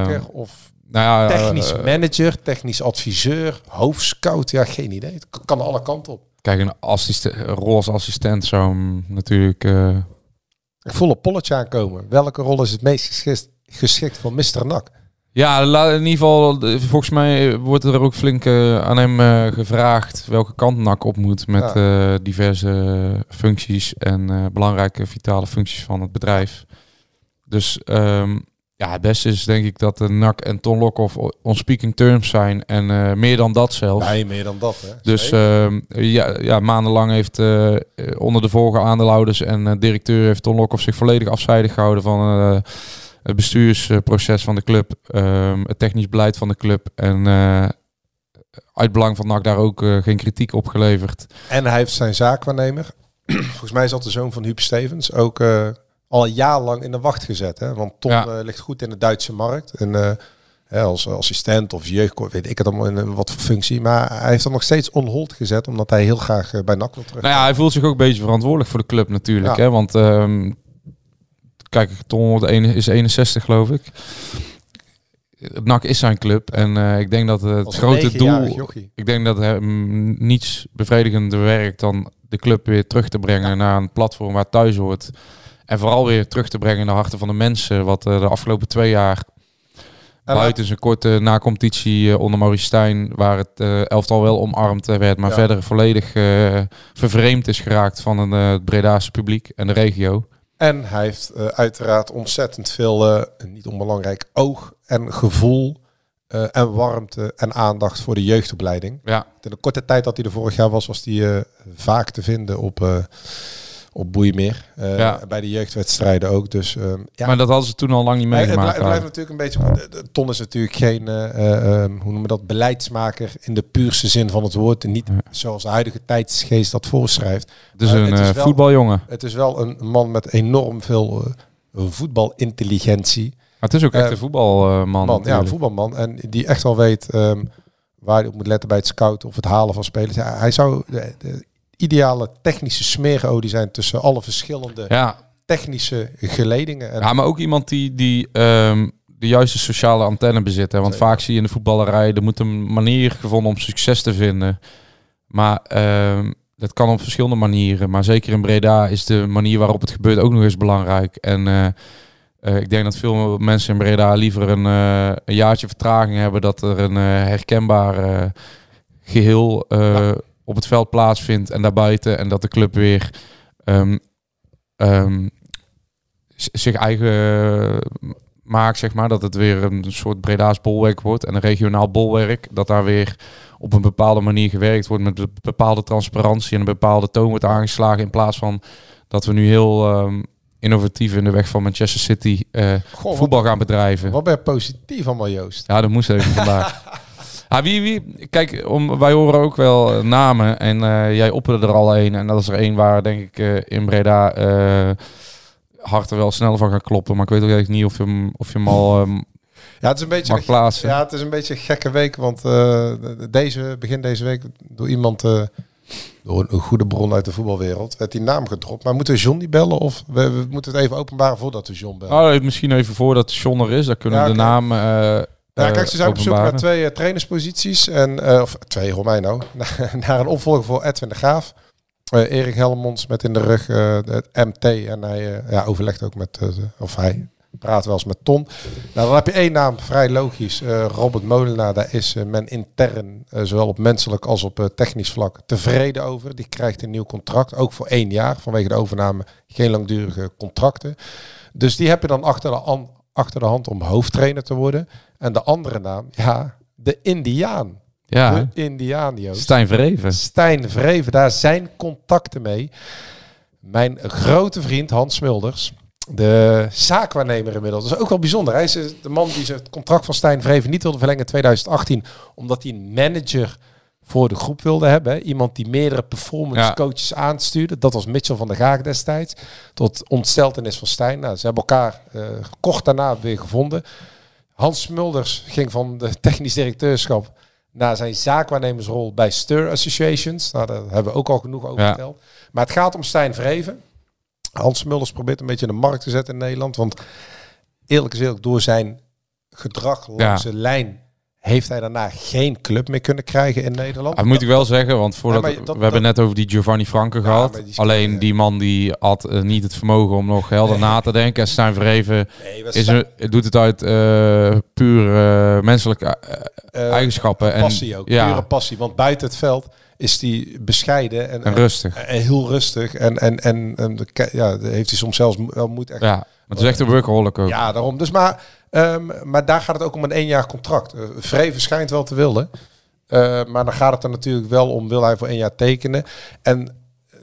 technisch manager, technisch adviseur, hoofdscout. Ja, geen idee. Het kan alle kanten op. Kijk, een rol als assistent zou hem natuurlijk... Ik voel een polletje aankomen. Welke rol is het meest geschikt voor Mr. NAC? Ja, in ieder geval, volgens mij wordt er ook flink aan hem gevraagd welke kant NAC op moet met diverse functies en belangrijke vitale functies van het bedrijf. Dus het beste is denk ik dat de NAC en Ton Lokhoff on speaking terms zijn en meer dan dat zelfs. Nee, meer dan dat. Hè? Dus maandenlang heeft onder de vorige aandeelhouders en directeur heeft Ton Lokhoff zich volledig afzijdig gehouden van het bestuursproces van de club, het technisch beleid van de club en uit belang van NAC daar ook geen kritiek op geleverd. En hij heeft zijn zaakwaarnemer, volgens mij zat de zoon van Huub Stevens, ook al een jaar lang in de wacht gezet. Hè? Want Ton ligt goed in de Duitse markt. En als assistent of jeugd, weet ik het allemaal in wat voor functie. Maar hij heeft hem nog steeds on hold gezet, omdat hij heel graag bij NAC wil terug. Nou ja, hij voelt zich ook een beetje verantwoordelijk voor de club natuurlijk. Ja. Hè? Want kijk, Ton is 61 geloof ik. NAC is zijn club. En ik denk dat het grote doel... Ik denk dat hem niets bevredigender werkt dan de club weer terug te brengen naar een platform waar het thuis hoort. En vooral weer terug te brengen in de harten van de mensen. Wat de afgelopen 2 jaar buiten zijn korte na-competitie onder Maurice Stijn, waar het elftal wel omarmd werd, maar verder volledig vervreemd is geraakt van het Bredaanse publiek en de regio. En hij heeft uiteraard ontzettend veel, niet onbelangrijk, oog en gevoel en warmte en aandacht voor de jeugdopleiding. Ja. In de korte tijd dat hij er vorig jaar was hij vaak te vinden op Boeimeer. Bij de jeugdwedstrijden ook. Dus, Maar dat hadden ze toen al lang niet meegemaakt. Het blijft natuurlijk een beetje... Ton is natuurlijk geen hoe noemen we dat, beleidsmaker in de puurste zin van het woord. En niet zoals de huidige tijdsgeest dat voorschrijft. Het is een voetbaljongen. Het is wel een man met enorm veel voetbalintelligentie. Maar het is ook echt een voetbalman. Ja, een voetbalman. En die echt wel weet waar hij op moet letten bij het scouten of het halen van spelers. Ja, hij zou de ideale technische smeerolie zijn tussen alle verschillende technische geledingen. En maar ook iemand die de juiste sociale antenne bezit. Hè? Want vaak zie je in de voetballerij, er moet een manier gevonden om succes te vinden. Maar dat kan op verschillende manieren. Maar zeker in Breda is de manier waarop het gebeurt ook nog eens belangrijk. En ik denk dat veel mensen in Breda liever een jaartje vertraging hebben, dat er een herkenbaar geheel op het veld plaatsvindt en daarbuiten. En dat de club weer zich eigen maakt, zeg maar, dat het weer een soort Breda's bolwerk wordt en een regionaal bolwerk, dat daar weer op een bepaalde manier gewerkt wordt met een bepaalde transparantie en een bepaalde toon wordt aangeslagen, in plaats van dat we nu heel innovatief in de weg van Manchester City voetbal gaan bedrijven. Wat ben je positief allemaal, Joost? Ja, dat moest even vandaag. Kijk, wij horen ook wel namen en jij opperde er al een. En dat is er één waar, denk ik, in Breda harten wel sneller van gaan kloppen. Maar ik weet ook eigenlijk niet of je hem al ja, het is een beetje mag plaatsen. Ja, het is een beetje een gekke week. Want begin deze week door iemand, door een goede bron uit de voetbalwereld, werd die naam gedropt. Maar moeten we John niet bellen? Of we moeten het even openbaren voordat we John bellen? Oh, misschien even voordat John er is. Dan kunnen we de naam... ja, kijk, ze zijn op zoek naar 2 trainersposities. Of 2, hoor mij nou. Naar een opvolger voor Edwin de Graaf. Erik Helmonds met in de rug het MT. En hij overlegt ook met... hij praat wel eens met Ton. Nou, dan heb je 1 naam, vrij logisch. Robert Molenaar, daar is men intern, zowel op menselijk als op technisch vlak, tevreden over. Die krijgt een nieuw contract, ook voor 1 jaar. Vanwege de overname geen langdurige contracten. Dus die heb je dan achter de hand om hoofdtrainer te worden. En de andere naam, de Indiaan. Ja. De Indiaan, Joost. Stijn Vreven, daar zijn contacten mee. Mijn grote vriend Hans Smulders, de zaakwaarnemer inmiddels. Dat is ook wel bijzonder. Hij is de man die het contract van Stijn Vreven niet wilde verlengen in 2018. Omdat hij een manager voor de groep wilde hebben. Hè. Iemand die meerdere performance coaches aanstuurde. Dat was Mitchell van der Gaag destijds. Tot ontsteltenis van Stijn. Nou, ze hebben elkaar kort daarna weer gevonden. Hans Smulders ging van de technisch directeurschap naar zijn zaakwaarnemersrol bij Stir Associations. Nou, daar hebben we ook al genoeg over verteld. Maar het gaat om Stijn Vreven. Hans Smulders probeert een beetje in de markt te zetten in Nederland. Want eerlijk is eerlijk, door zijn gedrag langs de lijn heeft hij daarna geen club meer kunnen krijgen in Nederland. Dat moet ik wel zeggen, want we hebben net over die Giovanni Franke gehad. Alleen die man die had niet het vermogen om nog helder na te denken. En Stijn Vreven doet het uit puur menselijke eigenschappen. Passie ook, pure passie. Want buiten het veld is die bescheiden en rustig. En heel rustig. En heeft hij soms zelfs wel moeite. Echt, maar het is echt een workaholic ook. Ja, daarom. Dus maar daar gaat het ook om een 1 jaar contract. Vreven schijnt wel te willen. Maar dan gaat het er natuurlijk wel om, wil hij voor 1 jaar tekenen? En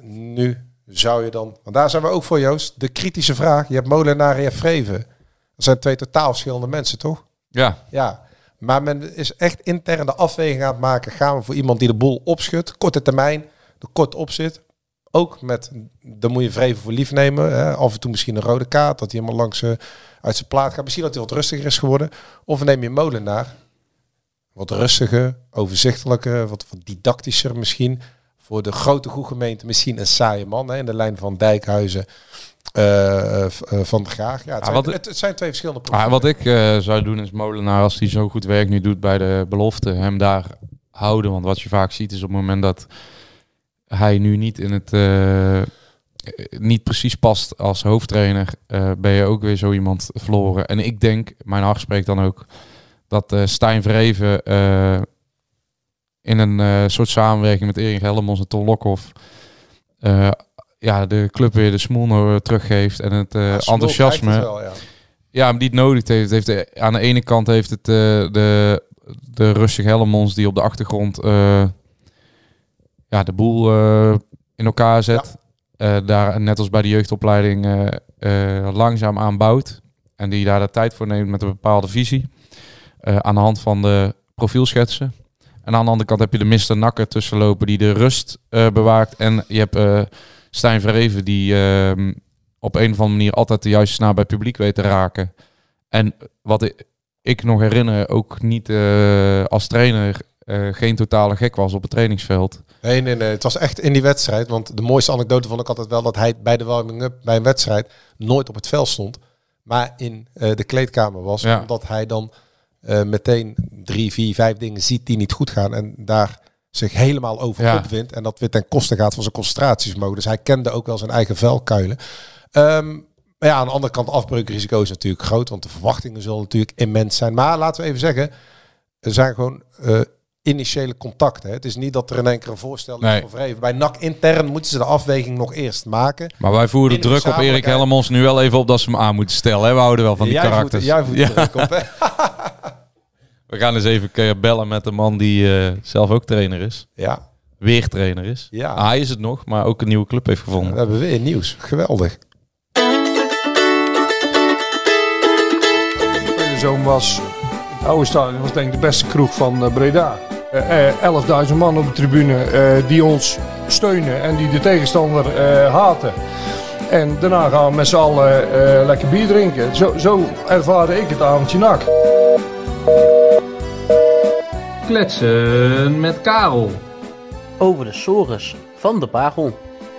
nu zou je dan... Want daar zijn we ook voor, Joost. De kritische vraag. Je hebt Molenaar en je hebt Vreven. Dat zijn 2 totaal verschillende mensen, toch? Ja. Maar men is echt intern de afweging aan het maken. Gaan we voor iemand die de boel opschudt, korte termijn, er kort op zit. Ook met, dan moet je Vreven voor lief nemen. Hè. Af en toe misschien een rode kaart, dat hij helemaal langs uit zijn plaat gaat. Misschien dat hij wat rustiger is geworden. Of neem je Molenaar, wat rustiger, overzichtelijker, wat didactischer misschien. Voor de grote gemeente misschien een saaie man, hè, in de lijn van Dijkhuizen, Van der Graag. Ja, het zijn 2 verschillende profielen. Wat ik zou doen is Molenaar, als hij zo goed werk nu doet bij de belofte, hem daar houden. Want wat je vaak ziet is op het moment dat hij nu niet in het niet precies past als hoofdtrainer, ben je ook weer zo iemand verloren. En ik denk, mijn hart spreekt dan ook, dat Stijn Vreven in een soort samenwerking met Erik Helmonds en Ton Lokhoff de club weer de smoel teruggeeft en het enthousiasme. Het wel, maar die het nodig heeft. Aan de ene kant heeft het de rustige Helmonds die op de achtergrond de boel in elkaar zet. Daar net als bij de jeugdopleiding langzaam aanbouwt. En die daar de tijd voor neemt met een bepaalde visie. Aan de hand van de profielschetsen. En aan de andere kant heb je de Mr. Nakker tussenlopen die de rust bewaakt. En je hebt Stijn Vreven die op een of andere manier altijd de juiste snaar bij het publiek weet te raken. En wat ik nog herinner, ook niet als trainer geen totale gek was op het trainingsveld. Nee. Het was echt in die wedstrijd. Want de mooiste anekdote vond ik altijd wel dat hij bij de warming-up bij een wedstrijd nooit op het veld stond. Maar in de kleedkamer was. Omdat hij dan meteen 3, 4, 5 dingen ziet die niet goed gaan. En daar zich helemaal over opwindt. En dat weer ten koste gaat van zijn concentratiesvermogen. Dus hij kende ook wel zijn eigen vuilkuilen. Maar aan de andere kant, afbreukrisico is natuurlijk groot. Want de verwachtingen zullen natuurlijk immens zijn. Maar laten we even zeggen, er zijn gewoon initiële contacten. Hè. Het is niet dat er in één keer een voorstel is Nee. voor Vreven. Bij NAC intern moeten ze de afweging nog eerst maken. Maar wij voeren de druk op Erik Hellemons nu wel even op dat ze hem aan moeten stellen. Hè? We houden wel van die karakters. Jij voert de druk op, hè? We gaan eens even een keer bellen met een man die zelf ook trainer is. Ja. Weer trainer is. Ja. Hij is het nog, maar ook een nieuwe club heeft gevonden. We hebben weer nieuws. Geweldig. Zoon was, het oude stadion was denk ik de beste kroeg van Breda. 11.000 man op de tribune die ons steunen en die de tegenstander haten. En daarna gaan we met z'n allen lekker bier drinken. Zo ervaarde ik het avondje NAC. Kletsen met Karel. Over de sores van de Pagel.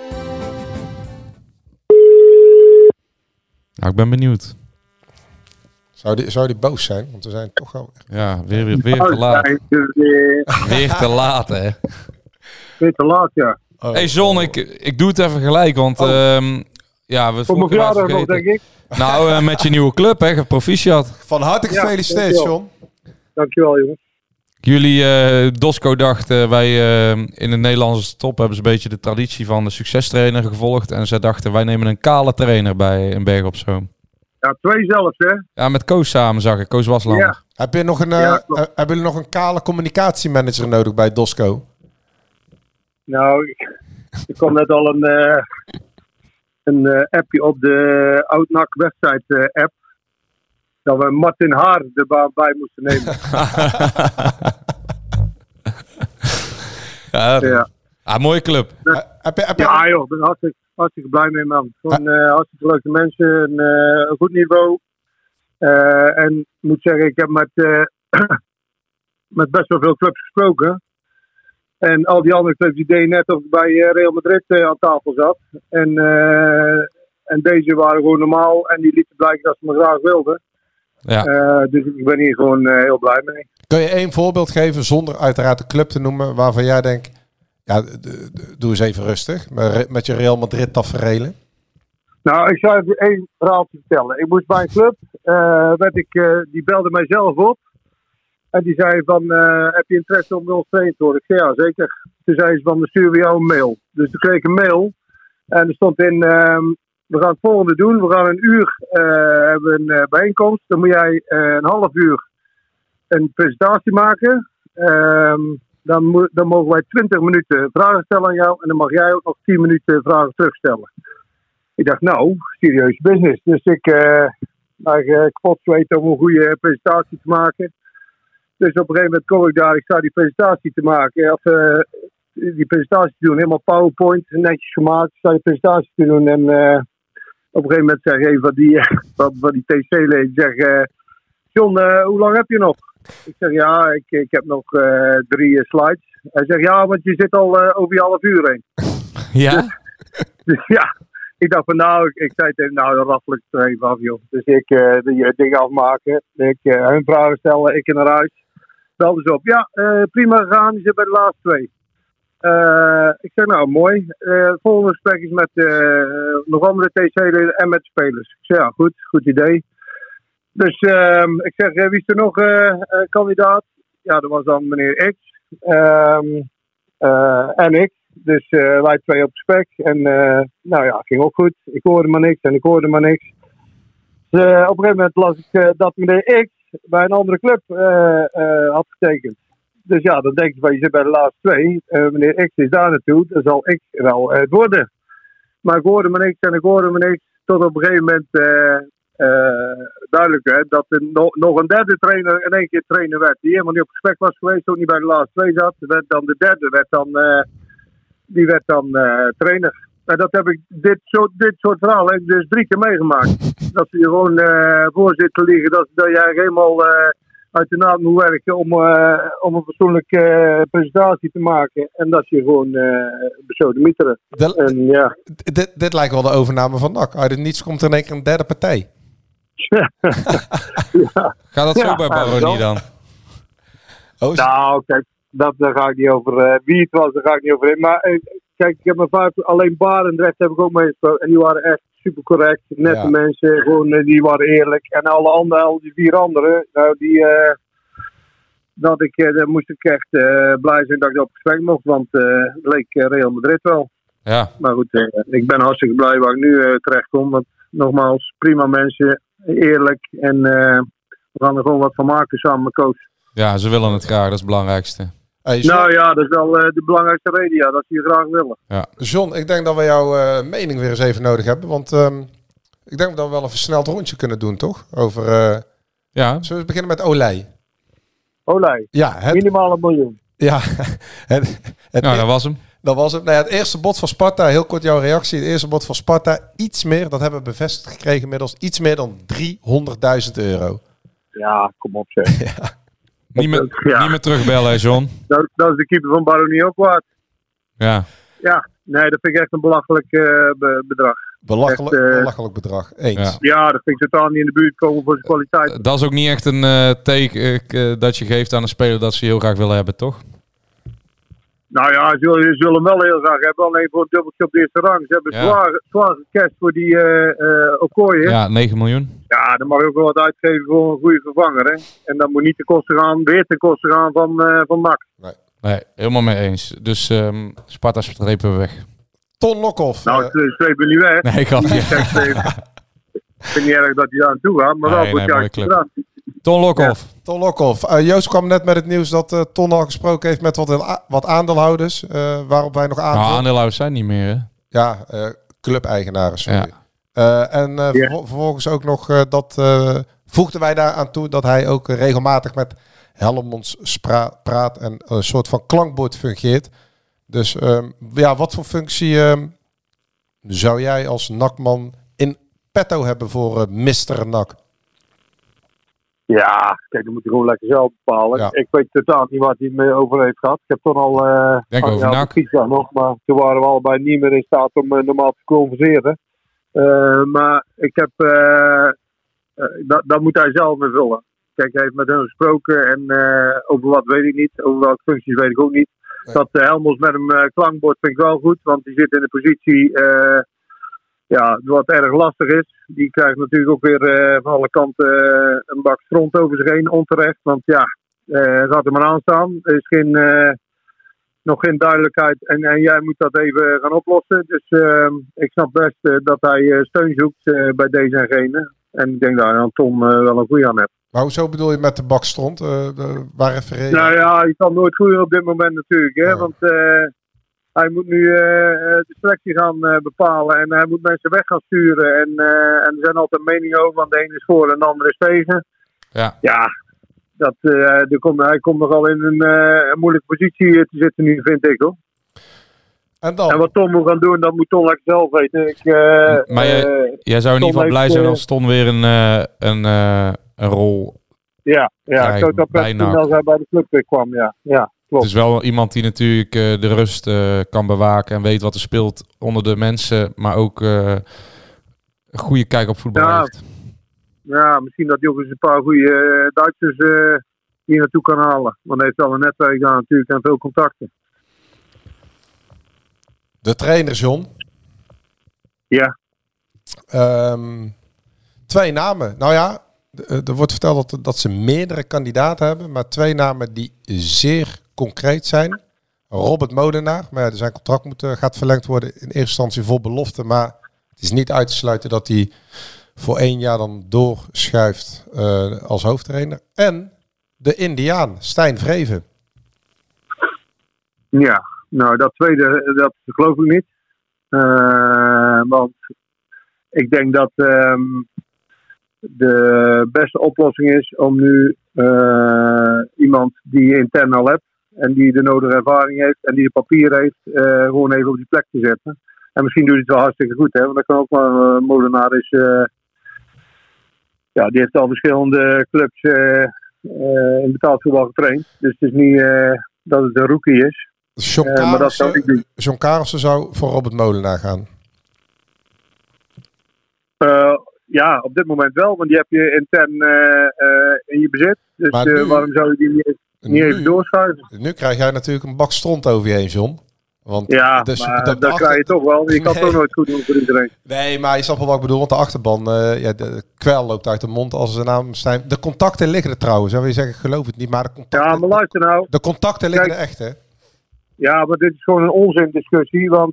Nou, ik ben benieuwd. Zou die boos zijn? Want we zijn toch al... Ja, weer te laat. Weer te laat, hè? Weer te laat, ja. Oh. Hey John, ik doe het even gelijk, want we voor mijn verjaardag nog, denk ik. Nou, met je nieuwe club, hè? Proficiat. Van harte gefeliciteerd, John. Dankjewel, jongens. Jullie, Dosco dacht, wij in de Nederlandse top hebben ze een beetje de traditie van de succestrainer gevolgd. En zij dachten, wij nemen een kale trainer bij in Bergen op Zoom. Ja, 2 zelfs, hè? Ja, met Koos samen zag ik. Koos Waslander. Ja. Hebben jullie nog een kale communicatiemanager nodig bij Dosco? Nou, ik kwam net al een appje op de Oud-NAC website app. Dat we Martin Haar er bij moesten nemen. Mooie club. Ja joh, ik ben hartstikke blij mee, man. Gewoon hartstikke leuke mensen, een goed niveau. En ik moet zeggen, ik heb met best wel veel clubs gesproken. En al die andere clubs die deden net of ik bij Real Madrid aan tafel zat. En deze waren gewoon normaal en die lieten blijken dat ze me graag wilden. Ja. Dus ik ben hier gewoon heel blij mee. Kun je 1 voorbeeld geven, zonder uiteraard de club te noemen, waarvan jij denkt, ja, doe eens even rustig, met je Real Madrid taferelen? Nou, ik zou even 1 verhaaltje vertellen. Ik moest bij een club, die belde mij zelf op. En die zei van, heb je interesse om 0-2 te worden? Ik zei, ja, zeker. Toen zei ze van, dan sturen we jou een mail. Dus toen kreeg ik een mail. En er stond in, we gaan het volgende doen. We gaan 1 uur hebben een bijeenkomst. Dan moet jij een half uur een presentatie maken. Dan mogen wij 20 minuten vragen stellen aan jou. En dan mag jij ook nog 10 minuten vragen terugstellen. Ik dacht, nou, serieus business. Dus ik kapot zweten om een goede presentatie te maken. Dus op een gegeven moment kom ik daar, ik sta die presentatie te maken. Of die presentatie te doen, helemaal PowerPoint, netjes gemaakt. Ik sta die presentatie te doen en op een gegeven moment zeg een van die TC-leden, John, hoe lang heb je nog? Ik zeg, ja, ik heb nog 3 slides. Hij zegt, ja, want je zit al over je half uur heen. Ja? Dus ja, ik dacht van ik zei tegen dan raffel ik het er even af, joh. Dus ik die dingen afmaken, ik hun vragen stellen, ik naar huis. Belde ze op, ja, prima gegaan, die zit bij de laatste 2. Ik zeg, nou, mooi. Het volgende gesprek is met nog andere TC-leden en met spelers. Ik zeg, ja, goed idee. Dus ik zeg, wie is er nog kandidaat? Ja, dat was dan meneer X en ik. Dus wij 2 op gesprek. En ging ook goed. Ik hoorde maar niks. Dus, op een gegeven moment las ik dat meneer X bij een andere club had getekend. Dus ja, dan denk je van, je zit bij de laatste 2. Meneer X is daar naartoe. Dan zal ik wel het worden. Maar ik hoorde maar niks. Tot op een gegeven moment duidelijk werd dat er nog een derde trainer in één keer trainer werd. Die helemaal niet op gesprek was geweest. Ook niet bij de laatste 2 zat. Dan de derde werd dan trainer. En dat heb ik, dit soort verhalen heb ik dus 3 keer meegemaakt. Dat ze je gewoon voor zitten liggen. Dat jij helemaal uit de naad moet werken om een fatsoenlijke presentatie te maken. En dat je gewoon besodemieteren. Ja. Dit lijkt wel de overname van NAC. Uit het niets komt er in één keer een derde partij. Ja. Gaat dat zo bij Baronie dan? Nou, kijk, daar ga ik niet over. Wie het was, daar ga ik niet over in. Maar kijk, ik heb mijn vaak alleen Barendrecht heb ik ook meegesproken. En die waren echt super correct. Nette mensen, gewoon, die waren eerlijk. En al die 4 anderen, nou, dan moest ik echt blij zijn dat ik op gesprek mocht. Want het leek Real Madrid wel. Ja. Maar goed, ik ben hartstikke blij waar ik nu terecht kom. Want nogmaals, prima mensen, eerlijk. En we gaan er gewoon wat van maken samen met coach. Ja, ze willen het graag, dat is het belangrijkste. Hey, nou ja, dat is wel de belangrijkste reden, ja, dat ze je graag willen. Ja. John, ik denk dat we jouw mening weer eens even nodig hebben. Want ik denk dat we wel een versneld rondje kunnen doen, toch? Over, ja. Zullen we beginnen met Olij? Olij, ja, minimaal 1 miljoen. Ja, nou, dat was hem. Dat was het. Nou ja, het eerste bod van Sparta, heel kort jouw reactie. Het eerste bod van Sparta, iets meer, dat hebben we bevestigd gekregen inmiddels, iets meer dan €300.000. Ja, kom op zeg. Ja. Niet meer terugbellen, hè, John. Dat is de keeper van Baronie ook waard. Ja. Ja, nee, dat vind ik echt een belachelijk bedrag. Belachelijk bedrag, eens. Ja, dat vind ik totaal niet in de buurt komen voor zijn kwaliteit. Dat is ook niet echt een teken dat je geeft aan een speler dat ze heel graag willen hebben, toch? Nou ja, ze zullen hem wel heel graag hebben. Alleen voor een dubbeltje op de eerste rang. Ze hebben zwaar gecashed voor die Okoye. Ja, 9 miljoen. Ja, dan mag je ook wel wat uitgeven voor een goede vervanger. Hè? En dat moet niet ten koste gaan van NAC. Nee, helemaal mee eens. Dus Sparta strepen we weg. Ton Lokhoff. Nou, strepen we niet weg. Nee, ik had niet. Ik vind niet erg dat hij daar aan toe gaat, maar wel voor het juiste gedaan. Ton Lokhoff. Ja. Ton Lokhoff. Joost kwam net met het nieuws dat Ton al gesproken heeft met wat aandeelhouders. Waarop wij nog aanvullen. Nou, aandeelhouders zijn niet meer, hè? Ja, clubeigenaren, sorry. Ja. Vervolgens ook nog voegden wij daar aan toe dat hij ook regelmatig met Helmonds praat en een soort van klankbord fungeert. Dus wat voor functie zou jij als NAC-man in petto hebben voor Mr. NAC? Ja, kijk, dan moet hij gewoon lekker zelf bepalen. Ja. Ik weet totaal niet wat hij me over heeft gehad. Ik heb toch al denk over NAC nog, maar toen waren we allebei niet meer in staat om normaal te converseren. Maar ik heb dat moet hij zelf invullen. Kijk, hij heeft met hen gesproken en over wat weet ik niet. Over welke functies weet ik ook niet. Nee. Dat Helmos met hem klankbord vind ik wel goed, want die zit in een positie wat erg lastig is. Die krijgt natuurlijk ook weer van alle kanten een bak stront over zich heen, onterecht. Want gaat er maar aan staan. Er is nog geen duidelijkheid en jij moet dat even gaan oplossen. Dus ik snap best dat hij steun zoekt bij deze en gene. En ik denk dat hij aan Tom wel een goeie aan hebt. Maar hoezo bedoel je met de bak stront? Waar refereer je? Nou ja, je kan nooit groeien op dit moment natuurlijk. Hè? Ja. Want hij moet nu de selectie gaan bepalen en hij moet mensen weg gaan sturen. En er zijn altijd meningen over, want de ene is voor en de andere is tegen. Ja, hij komt nogal in een moeilijke positie te zitten nu, vind ik hoor. En wat Tom moet gaan doen, dat moet Tom lekker zelf weten. Maar jij zou in ieder geval blij zijn als Tom weer een rol ik zou dat best doen als hij bij de club weer kwam, ja. Klopt. Het is wel iemand die natuurlijk de rust kan bewaken en weet wat er speelt onder de mensen, maar ook een goede kijk op voetbal heeft. Ja, misschien dat hij ook eens een paar goede Duitsers hier naartoe kan halen. Want hij heeft wel een netwerk daar natuurlijk en veel contacten. De trainer, John. Ja. 2 namen. Nou ja, er wordt verteld dat ze meerdere kandidaten hebben, maar 2 namen die zeer concreet zijn. Robert Molenaar, maar zijn contract gaat verlengd worden in eerste instantie vol belofte, maar het is niet uit te sluiten dat hij voor 1 jaar dan doorschuift als hoofdtrainer. En de Indiaan, Stijn Vreven. Ja, nou dat tweede, dat geloof ik niet. Want ik denk dat de beste oplossing is om nu iemand die je intern al hebt en die de nodige ervaring heeft en die de papier heeft, gewoon even op die plek te zetten. En misschien doet hij het wel hartstikke goed, hè? Want dat kan ook wel. Molenaar is, die heeft al verschillende clubs in betaald voetbal getraind. Dus het is niet dat het een rookie is. John Karelsen zou voor Robert Molenaar gaan. Ja, op dit moment wel, want die heb je intern in je bezit. Dus waarom zou je die niet even doorschuiven? Nu krijg jij natuurlijk een bak stront over je heen, John. Want maar dat krijg je toch wel. Je kan het toch nooit goed doen voor iedereen. Nee, maar je snapt wel wat ik bedoel. Want de achterban, de kwel loopt uit de mond als ze naam zijn. De contacten liggen er trouwens. Dan wil je zeggen, ik geloof het niet. Maar de contacten, ja, maar luister nou. De contacten liggen er echt, hè? Ja, maar dit is gewoon een onzindiscussie. Want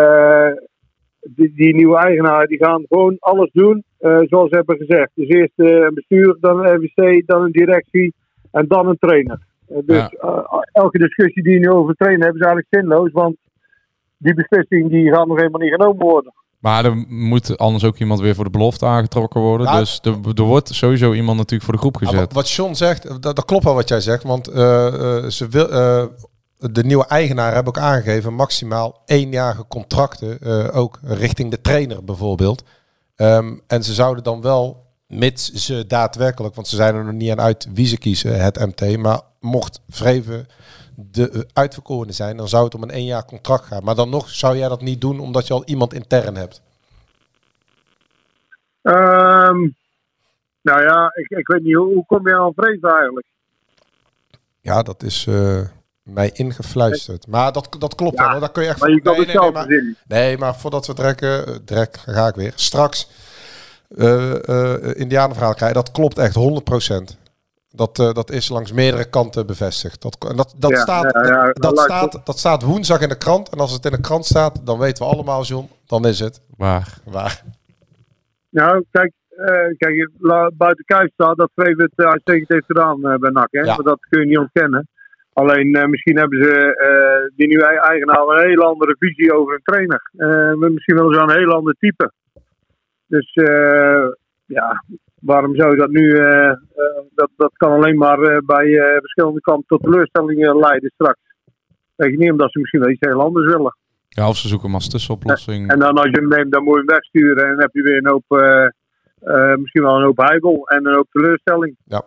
die nieuwe eigenaren die gaan gewoon alles doen zoals ze hebben gezegd. Dus eerst een bestuur, dan een RVC, dan een directie en dan een trainer. Elke discussie die je nu over trainen hebben is eigenlijk zinloos. Want die beslissing die gaat nog helemaal niet genomen worden. Maar er moet anders ook iemand weer voor de belofte aangetrokken worden. Ja, dus er wordt sowieso iemand natuurlijk voor de groep gezet. Wat John zegt, dat klopt wel wat jij zegt. Want de nieuwe eigenaar hebben ook aangegeven maximaal 1-jarige contracten. Ook richting de trainer bijvoorbeeld. En ze zouden dan wel, mits ze daadwerkelijk, want ze zijn er nog niet aan uit wie ze kiezen, het MT. Maar mocht Vreven de uitverkorene zijn, dan zou het om een 1 jaar contract gaan. Maar dan nog zou jij dat niet doen omdat je al iemand intern hebt? Nou ja, ik weet niet, hoe kom je aan Vreven eigenlijk? Ja, dat is mij ingefluisterd. Maar dat klopt wel. Dat kun je echt. Maar je kan het zelf verzinnen. Nee, maar voordat we direct ga ik weer. Straks Indianenverhaal krijgen, dat klopt echt 100%. Dat is langs meerdere kanten bevestigd. Dat staat woensdag in de krant. En als het in de krant staat, dan weten we allemaal, John, dan is het waar. Nou, kijk, buiten kijf staat dat Vreven het uitstekend heeft gedaan bij NAC. Hè? Ja. Dat kun je niet ontkennen. Alleen misschien hebben ze die nieuwe eigenaar een hele andere visie over een trainer. Misschien wel eens een heel ander type. Dus waarom zou je dat nu... Dat kan alleen maar bij verschillende kanten tot teleurstellingen leiden straks. Weet je niet, omdat ze misschien wel iets heel anders willen. Ja, of ze zoeken maar als tussenoplossing. En dan als je hem neemt, dan moet je hem wegsturen. En dan heb je weer een hoop... misschien wel een hoop heibel en een hoop teleurstelling. Ja.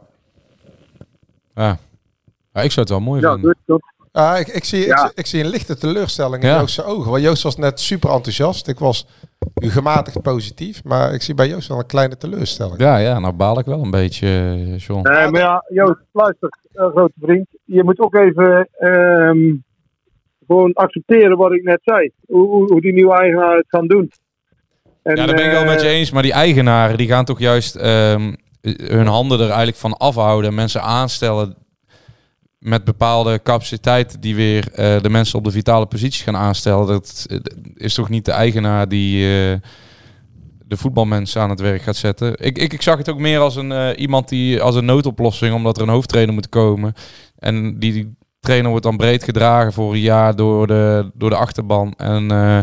Ja, ik zou het wel mooi vinden. Ik zie een lichte teleurstelling in Joost's ogen. Want Joost was net super enthousiast. Ik was gematigd positief. Maar ik zie bij Joost wel een kleine teleurstelling. Ja, nou baal ik wel een beetje, John. Nee, maar ja, Joost, luister, grote vriend. Je moet ook even gewoon accepteren wat ik net zei. Hoe die nieuwe eigenaar het gaan doen. En, ja, daar ben ik wel met je eens. Maar die eigenaren, die gaan toch juist hun handen er eigenlijk van afhouden. Mensen aanstellen met bepaalde capaciteit die weer de mensen op de vitale posities gaan aanstellen. Dat is toch niet de eigenaar die de voetbalmensen aan het werk gaat zetten. Ik zag het ook meer als iemand die als een noodoplossing, omdat er een hoofdtrainer moet komen. En die trainer wordt dan breed gedragen voor een jaar door de achterban. En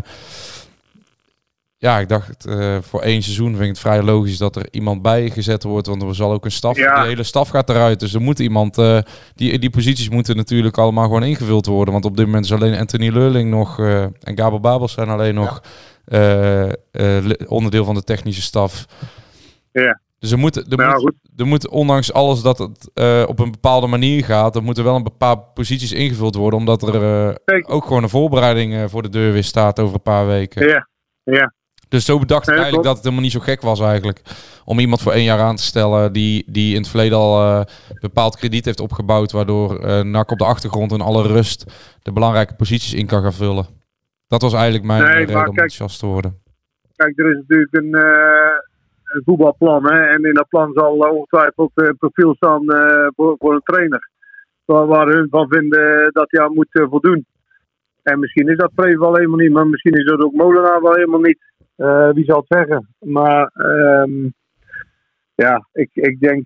ik dacht, voor 1 seizoen vind ik het vrij logisch dat er iemand bij gezet wordt. Want er zal ook een staf, de hele staf gaat eruit. Dus er moet iemand, die posities moeten natuurlijk allemaal gewoon ingevuld worden. Want op dit moment is alleen Anthony Leurling nog en Gabel Babels zijn alleen nog onderdeel van de technische staf. Ja. Dus er moet, ondanks alles dat het op een bepaalde manier gaat, er moeten wel een bepaalde posities ingevuld worden. Omdat er ook gewoon een voorbereiding voor de deur weer staat over een paar weken. Ja. Dus zo bedacht ik eigenlijk dat het helemaal niet zo gek was eigenlijk. Om iemand voor 1 jaar aan te stellen die in het verleden al bepaald krediet heeft opgebouwd. Waardoor NAC op de achtergrond in alle rust de belangrijke posities in kan gaan vullen. Dat was eigenlijk mijn reden om enthousiast te worden. Kijk, er is natuurlijk een voetbalplan. Hè? En in dat plan zal ongetwijfeld profiel staan voor een trainer. Waar hun van vinden dat hij aan moet voldoen. En misschien is dat Vreven wel helemaal niet. Maar misschien is dat ook Molenaar wel helemaal niet. Wie zal het zeggen? Maar ik denk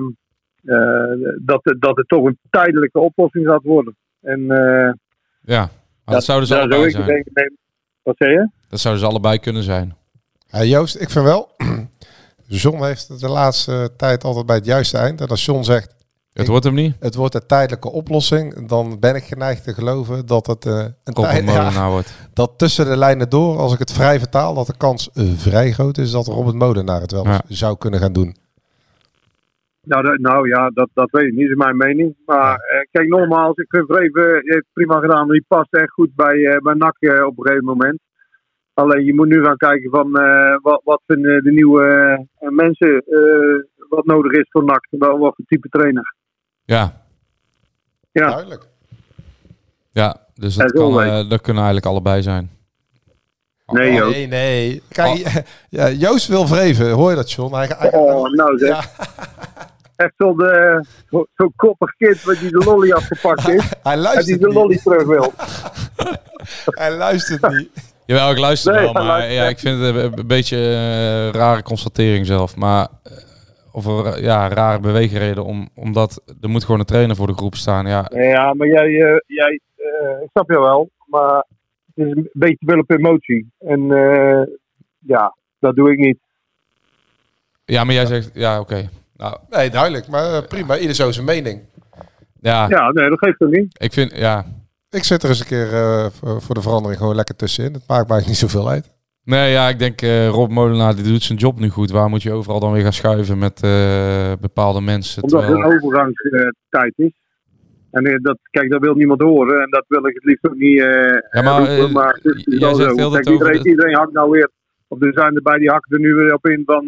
dat het toch een tijdelijke oplossing gaat worden. En, dat zouden ze allebei zijn. Wat zei je? Dat zouden ze allebei kunnen zijn. Joost, ik vind wel... John heeft de laatste tijd altijd bij het juiste eind. En als John zegt... Het wordt hem niet. Het wordt een tijdelijke oplossing. Dan ben ik geneigd te geloven dat het wordt. Dat tussen de lijnen door, als ik het vrij vertaal, dat de kans vrij groot is dat Robert Molenaar het wel zou kunnen gaan doen. Dat weet ik niet, is mijn mening. Maar kijk, nogmaals, ik vind Vreven heeft prima gedaan. Maar die past echt goed bij NAC op een gegeven moment. Alleen je moet nu gaan kijken van wat vinden de nieuwe mensen wat nodig is voor NAC. Wat voor type trainer. Ja. Duidelijk. Ja, Dus dat kunnen eigenlijk allebei zijn. Nee, Joost. Nee. Kijk, Joost wil wreven. Hoor je dat, John? Nou zeg. Ja. Echt zo'n koppig kind wat die de lolly afgepakt is. Hij luistert en die de lolly terug wil. Hij luistert niet. Jawel, ik luister wel, maar ik vind het een beetje een rare constatering zelf. Maar rare beweegreden, omdat er moet gewoon een trainer voor de groep staan. Ja, maar jij snap je wel, maar het is een beetje wel op emotie. En dat doe ik niet. Ja, maar jij zegt, oké. Nou, nee, duidelijk, maar prima, ieder zo zijn mening. Ja, nee, dat geeft toch niet. Ik vind, ik zit er eens een keer voor de verandering gewoon lekker tussenin. Het maakt mij niet zoveel uit. Nee, ik denk Rob Molenaar die doet zijn job nu goed. Waar moet je overal dan weer gaan schuiven met bepaalde mensen? Omdat het een overgangstijd is. En dat wil niemand horen. En dat wil ik het liefst ook niet roepen. Maar het is wel zo. Kijk, iedereen hakt nou weer. Of er zijn erbij die hakken er nu weer op in van...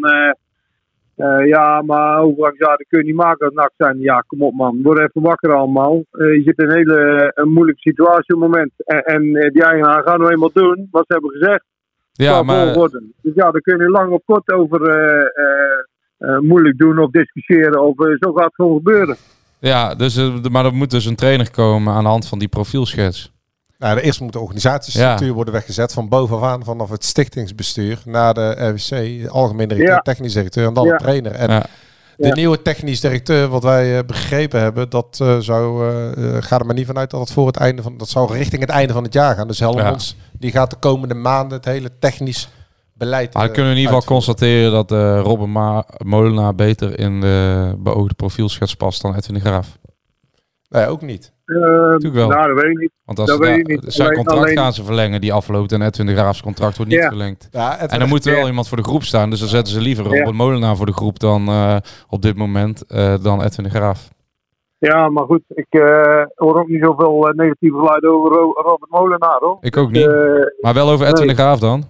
maar overgangsjaren kun je niet maken als NAC zijn. Ja, kom op man. Word even wakker allemaal. Je zit in een hele moeilijke situatie op het moment. En die eigenaar gaan nou eenmaal doen wat ze hebben gezegd. Ja, maar... worden. Dus daar kun je lang of kort over moeilijk doen of discussiëren. Of zo gaat het gewoon gebeuren. Ja, maar er moet dus een trainer komen aan de hand van die profielschets. Nou, eerst moet de organisatiestructuur worden weggezet van bovenaf aan, vanaf het stichtingsbestuur naar de RWC, de algemeen directeur, technisch directeur en dan de trainer. En de nieuwe technisch directeur, wat wij begrepen hebben, dat gaat er maar niet vanuit dat het voor het einde van, dat zou richting het einde van het jaar gaan. Dus Helmonds, die gaat de komende maanden het hele technisch beleid maar kunnen we in ieder geval constateren dat Robben Molenaar beter in de beoogde profielschets past dan Edwin de Graaf? Nee, ook niet. Natuurlijk wel. Nou, dat weet ik niet. Want als zijn contract gaan ze verlengen die afloopt en Edwin de Graaf's contract wordt niet verlengd. Ja, en dan moet er wel iemand voor de groep staan. Dus dan zetten ze liever Robben Molenaar voor de groep dan op dit moment dan Edwin de Graaf. Ja, maar goed, ik hoor ook niet zoveel negatieve geluiden over Robert Molenaar, hoor. Ik ook niet. Maar wel over Edwin de Graaf dan?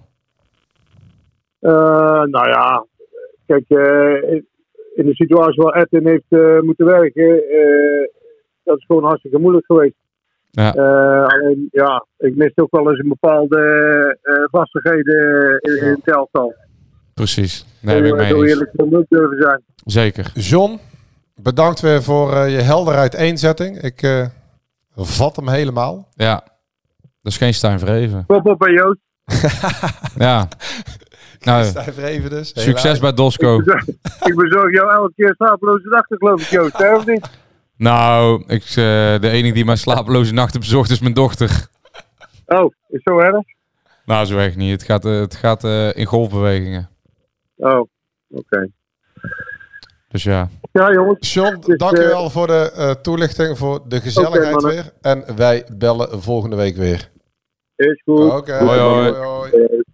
Kijk, in de situatie waar Edwin heeft moeten werken, dat is gewoon hartstikke moeilijk geweest. Ja. Alleen, ik mis ook wel eens een bepaalde vastigheden in het elftal. Precies. Nee, ben ik mee eens. Zo eerlijk om durven zijn. Zeker. John, bedankt weer voor je heldere uiteenzetting. Ik vat hem helemaal. Ja, dat is geen Stijn Vreven. Pop op bij Joost. Ja. Nou, dus, succes bij Dosco. Ik bezorg jou elke keer slapeloze nachten, geloof ik, Joost. Hè, of niet? Nou, de enige die mijn slapeloze nachten bezorgt is mijn dochter. Oh, is het zo erg? Nou, zo erg niet. Het gaat in golfbewegingen. Oh, oké. Dus ja. Ja, jongens. John, dankjewel voor de toelichting, voor de gezelligheid weer. En wij bellen volgende week weer. Is goed. Oké. Hoi.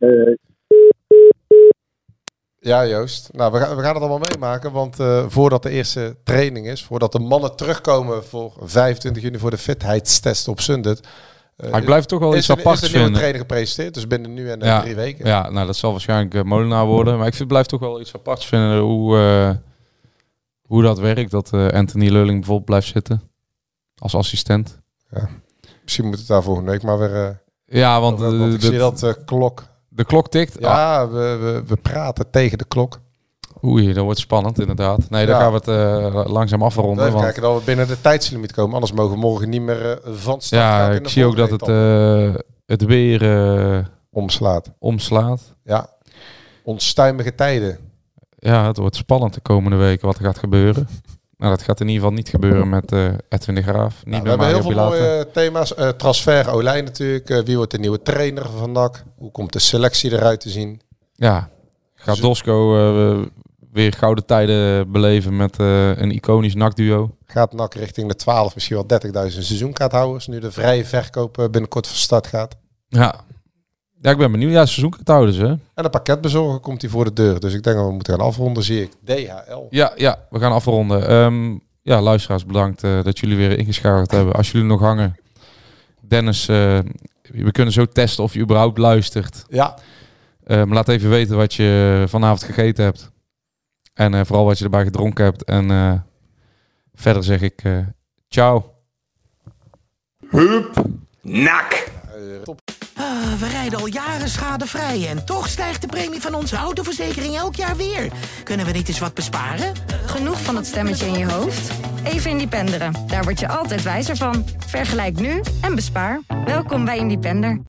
Ja, Joost. Nou, we gaan het allemaal meemaken. Want voordat de eerste training is, voordat de mannen terugkomen voor 25 juni voor de fitheidstest op Sundert. Ik blijf toch wel iets apart vinden. Is een nieuwe trainer gepresenteerd, dus binnen nu en 3 weken. Ja, nou dat zal waarschijnlijk Molenaar worden. Maar ik blijf toch wel iets aparts vinden hoe dat werkt. Dat Anthony Leuling bijvoorbeeld blijft zitten als assistent. Ja. Misschien moet het daar volgende week maar weer... ja, want ik zie dat klok. De klok tikt? Ja, we praten tegen de klok. Oei, dat wordt spannend inderdaad. Nee, dan gaan we het langzaam afronden. Even kijken dat we binnen de tijdslimiet komen. Anders mogen we morgen niet meer van start gaan. Ja, ik zie ook dat het weer omslaat. Ja, onstuimige tijden. Ja, het wordt spannend de komende weken wat er gaat gebeuren. Nou, dat gaat in ieder geval niet gebeuren met Edwin de Graaf. Niet we hebben heel veel mooie thema's. Transfer Olij natuurlijk. Wie wordt de nieuwe trainer van NAC? Hoe komt de selectie eruit te zien? Ja, gaat Dosco weer gouden tijden beleven met een iconisch NAC-duo? Gaat NAC richting de 12, misschien wel 30.000 seizoenkaarthouders, nu de vrije verkoop binnenkort van start gaat? Ja, ik ben benieuwd. Ja, seizoenkaarthouders, hè? En een pakketbezorger komt hij voor de deur. Dus ik denk dat we moeten gaan afronden, zie ik. DHL. Ja, we gaan afronden. Luisteraars, bedankt dat jullie weer ingeschakeld hebben. Als jullie nog hangen. Dennis, we kunnen zo testen of je überhaupt luistert. Ja. Maar laat even weten wat je vanavond gegeten hebt. En vooral wat je erbij gedronken hebt. En verder zeg ik ciao. Hup. NAC. We rijden al jaren schadevrij en toch stijgt de premie van onze autoverzekering elk jaar weer. Kunnen we niet eens wat besparen? Genoeg van het stemmetje in je hoofd? Even Independeren. Daar word je altijd wijzer van. Vergelijk nu en bespaar. Welkom bij Independer.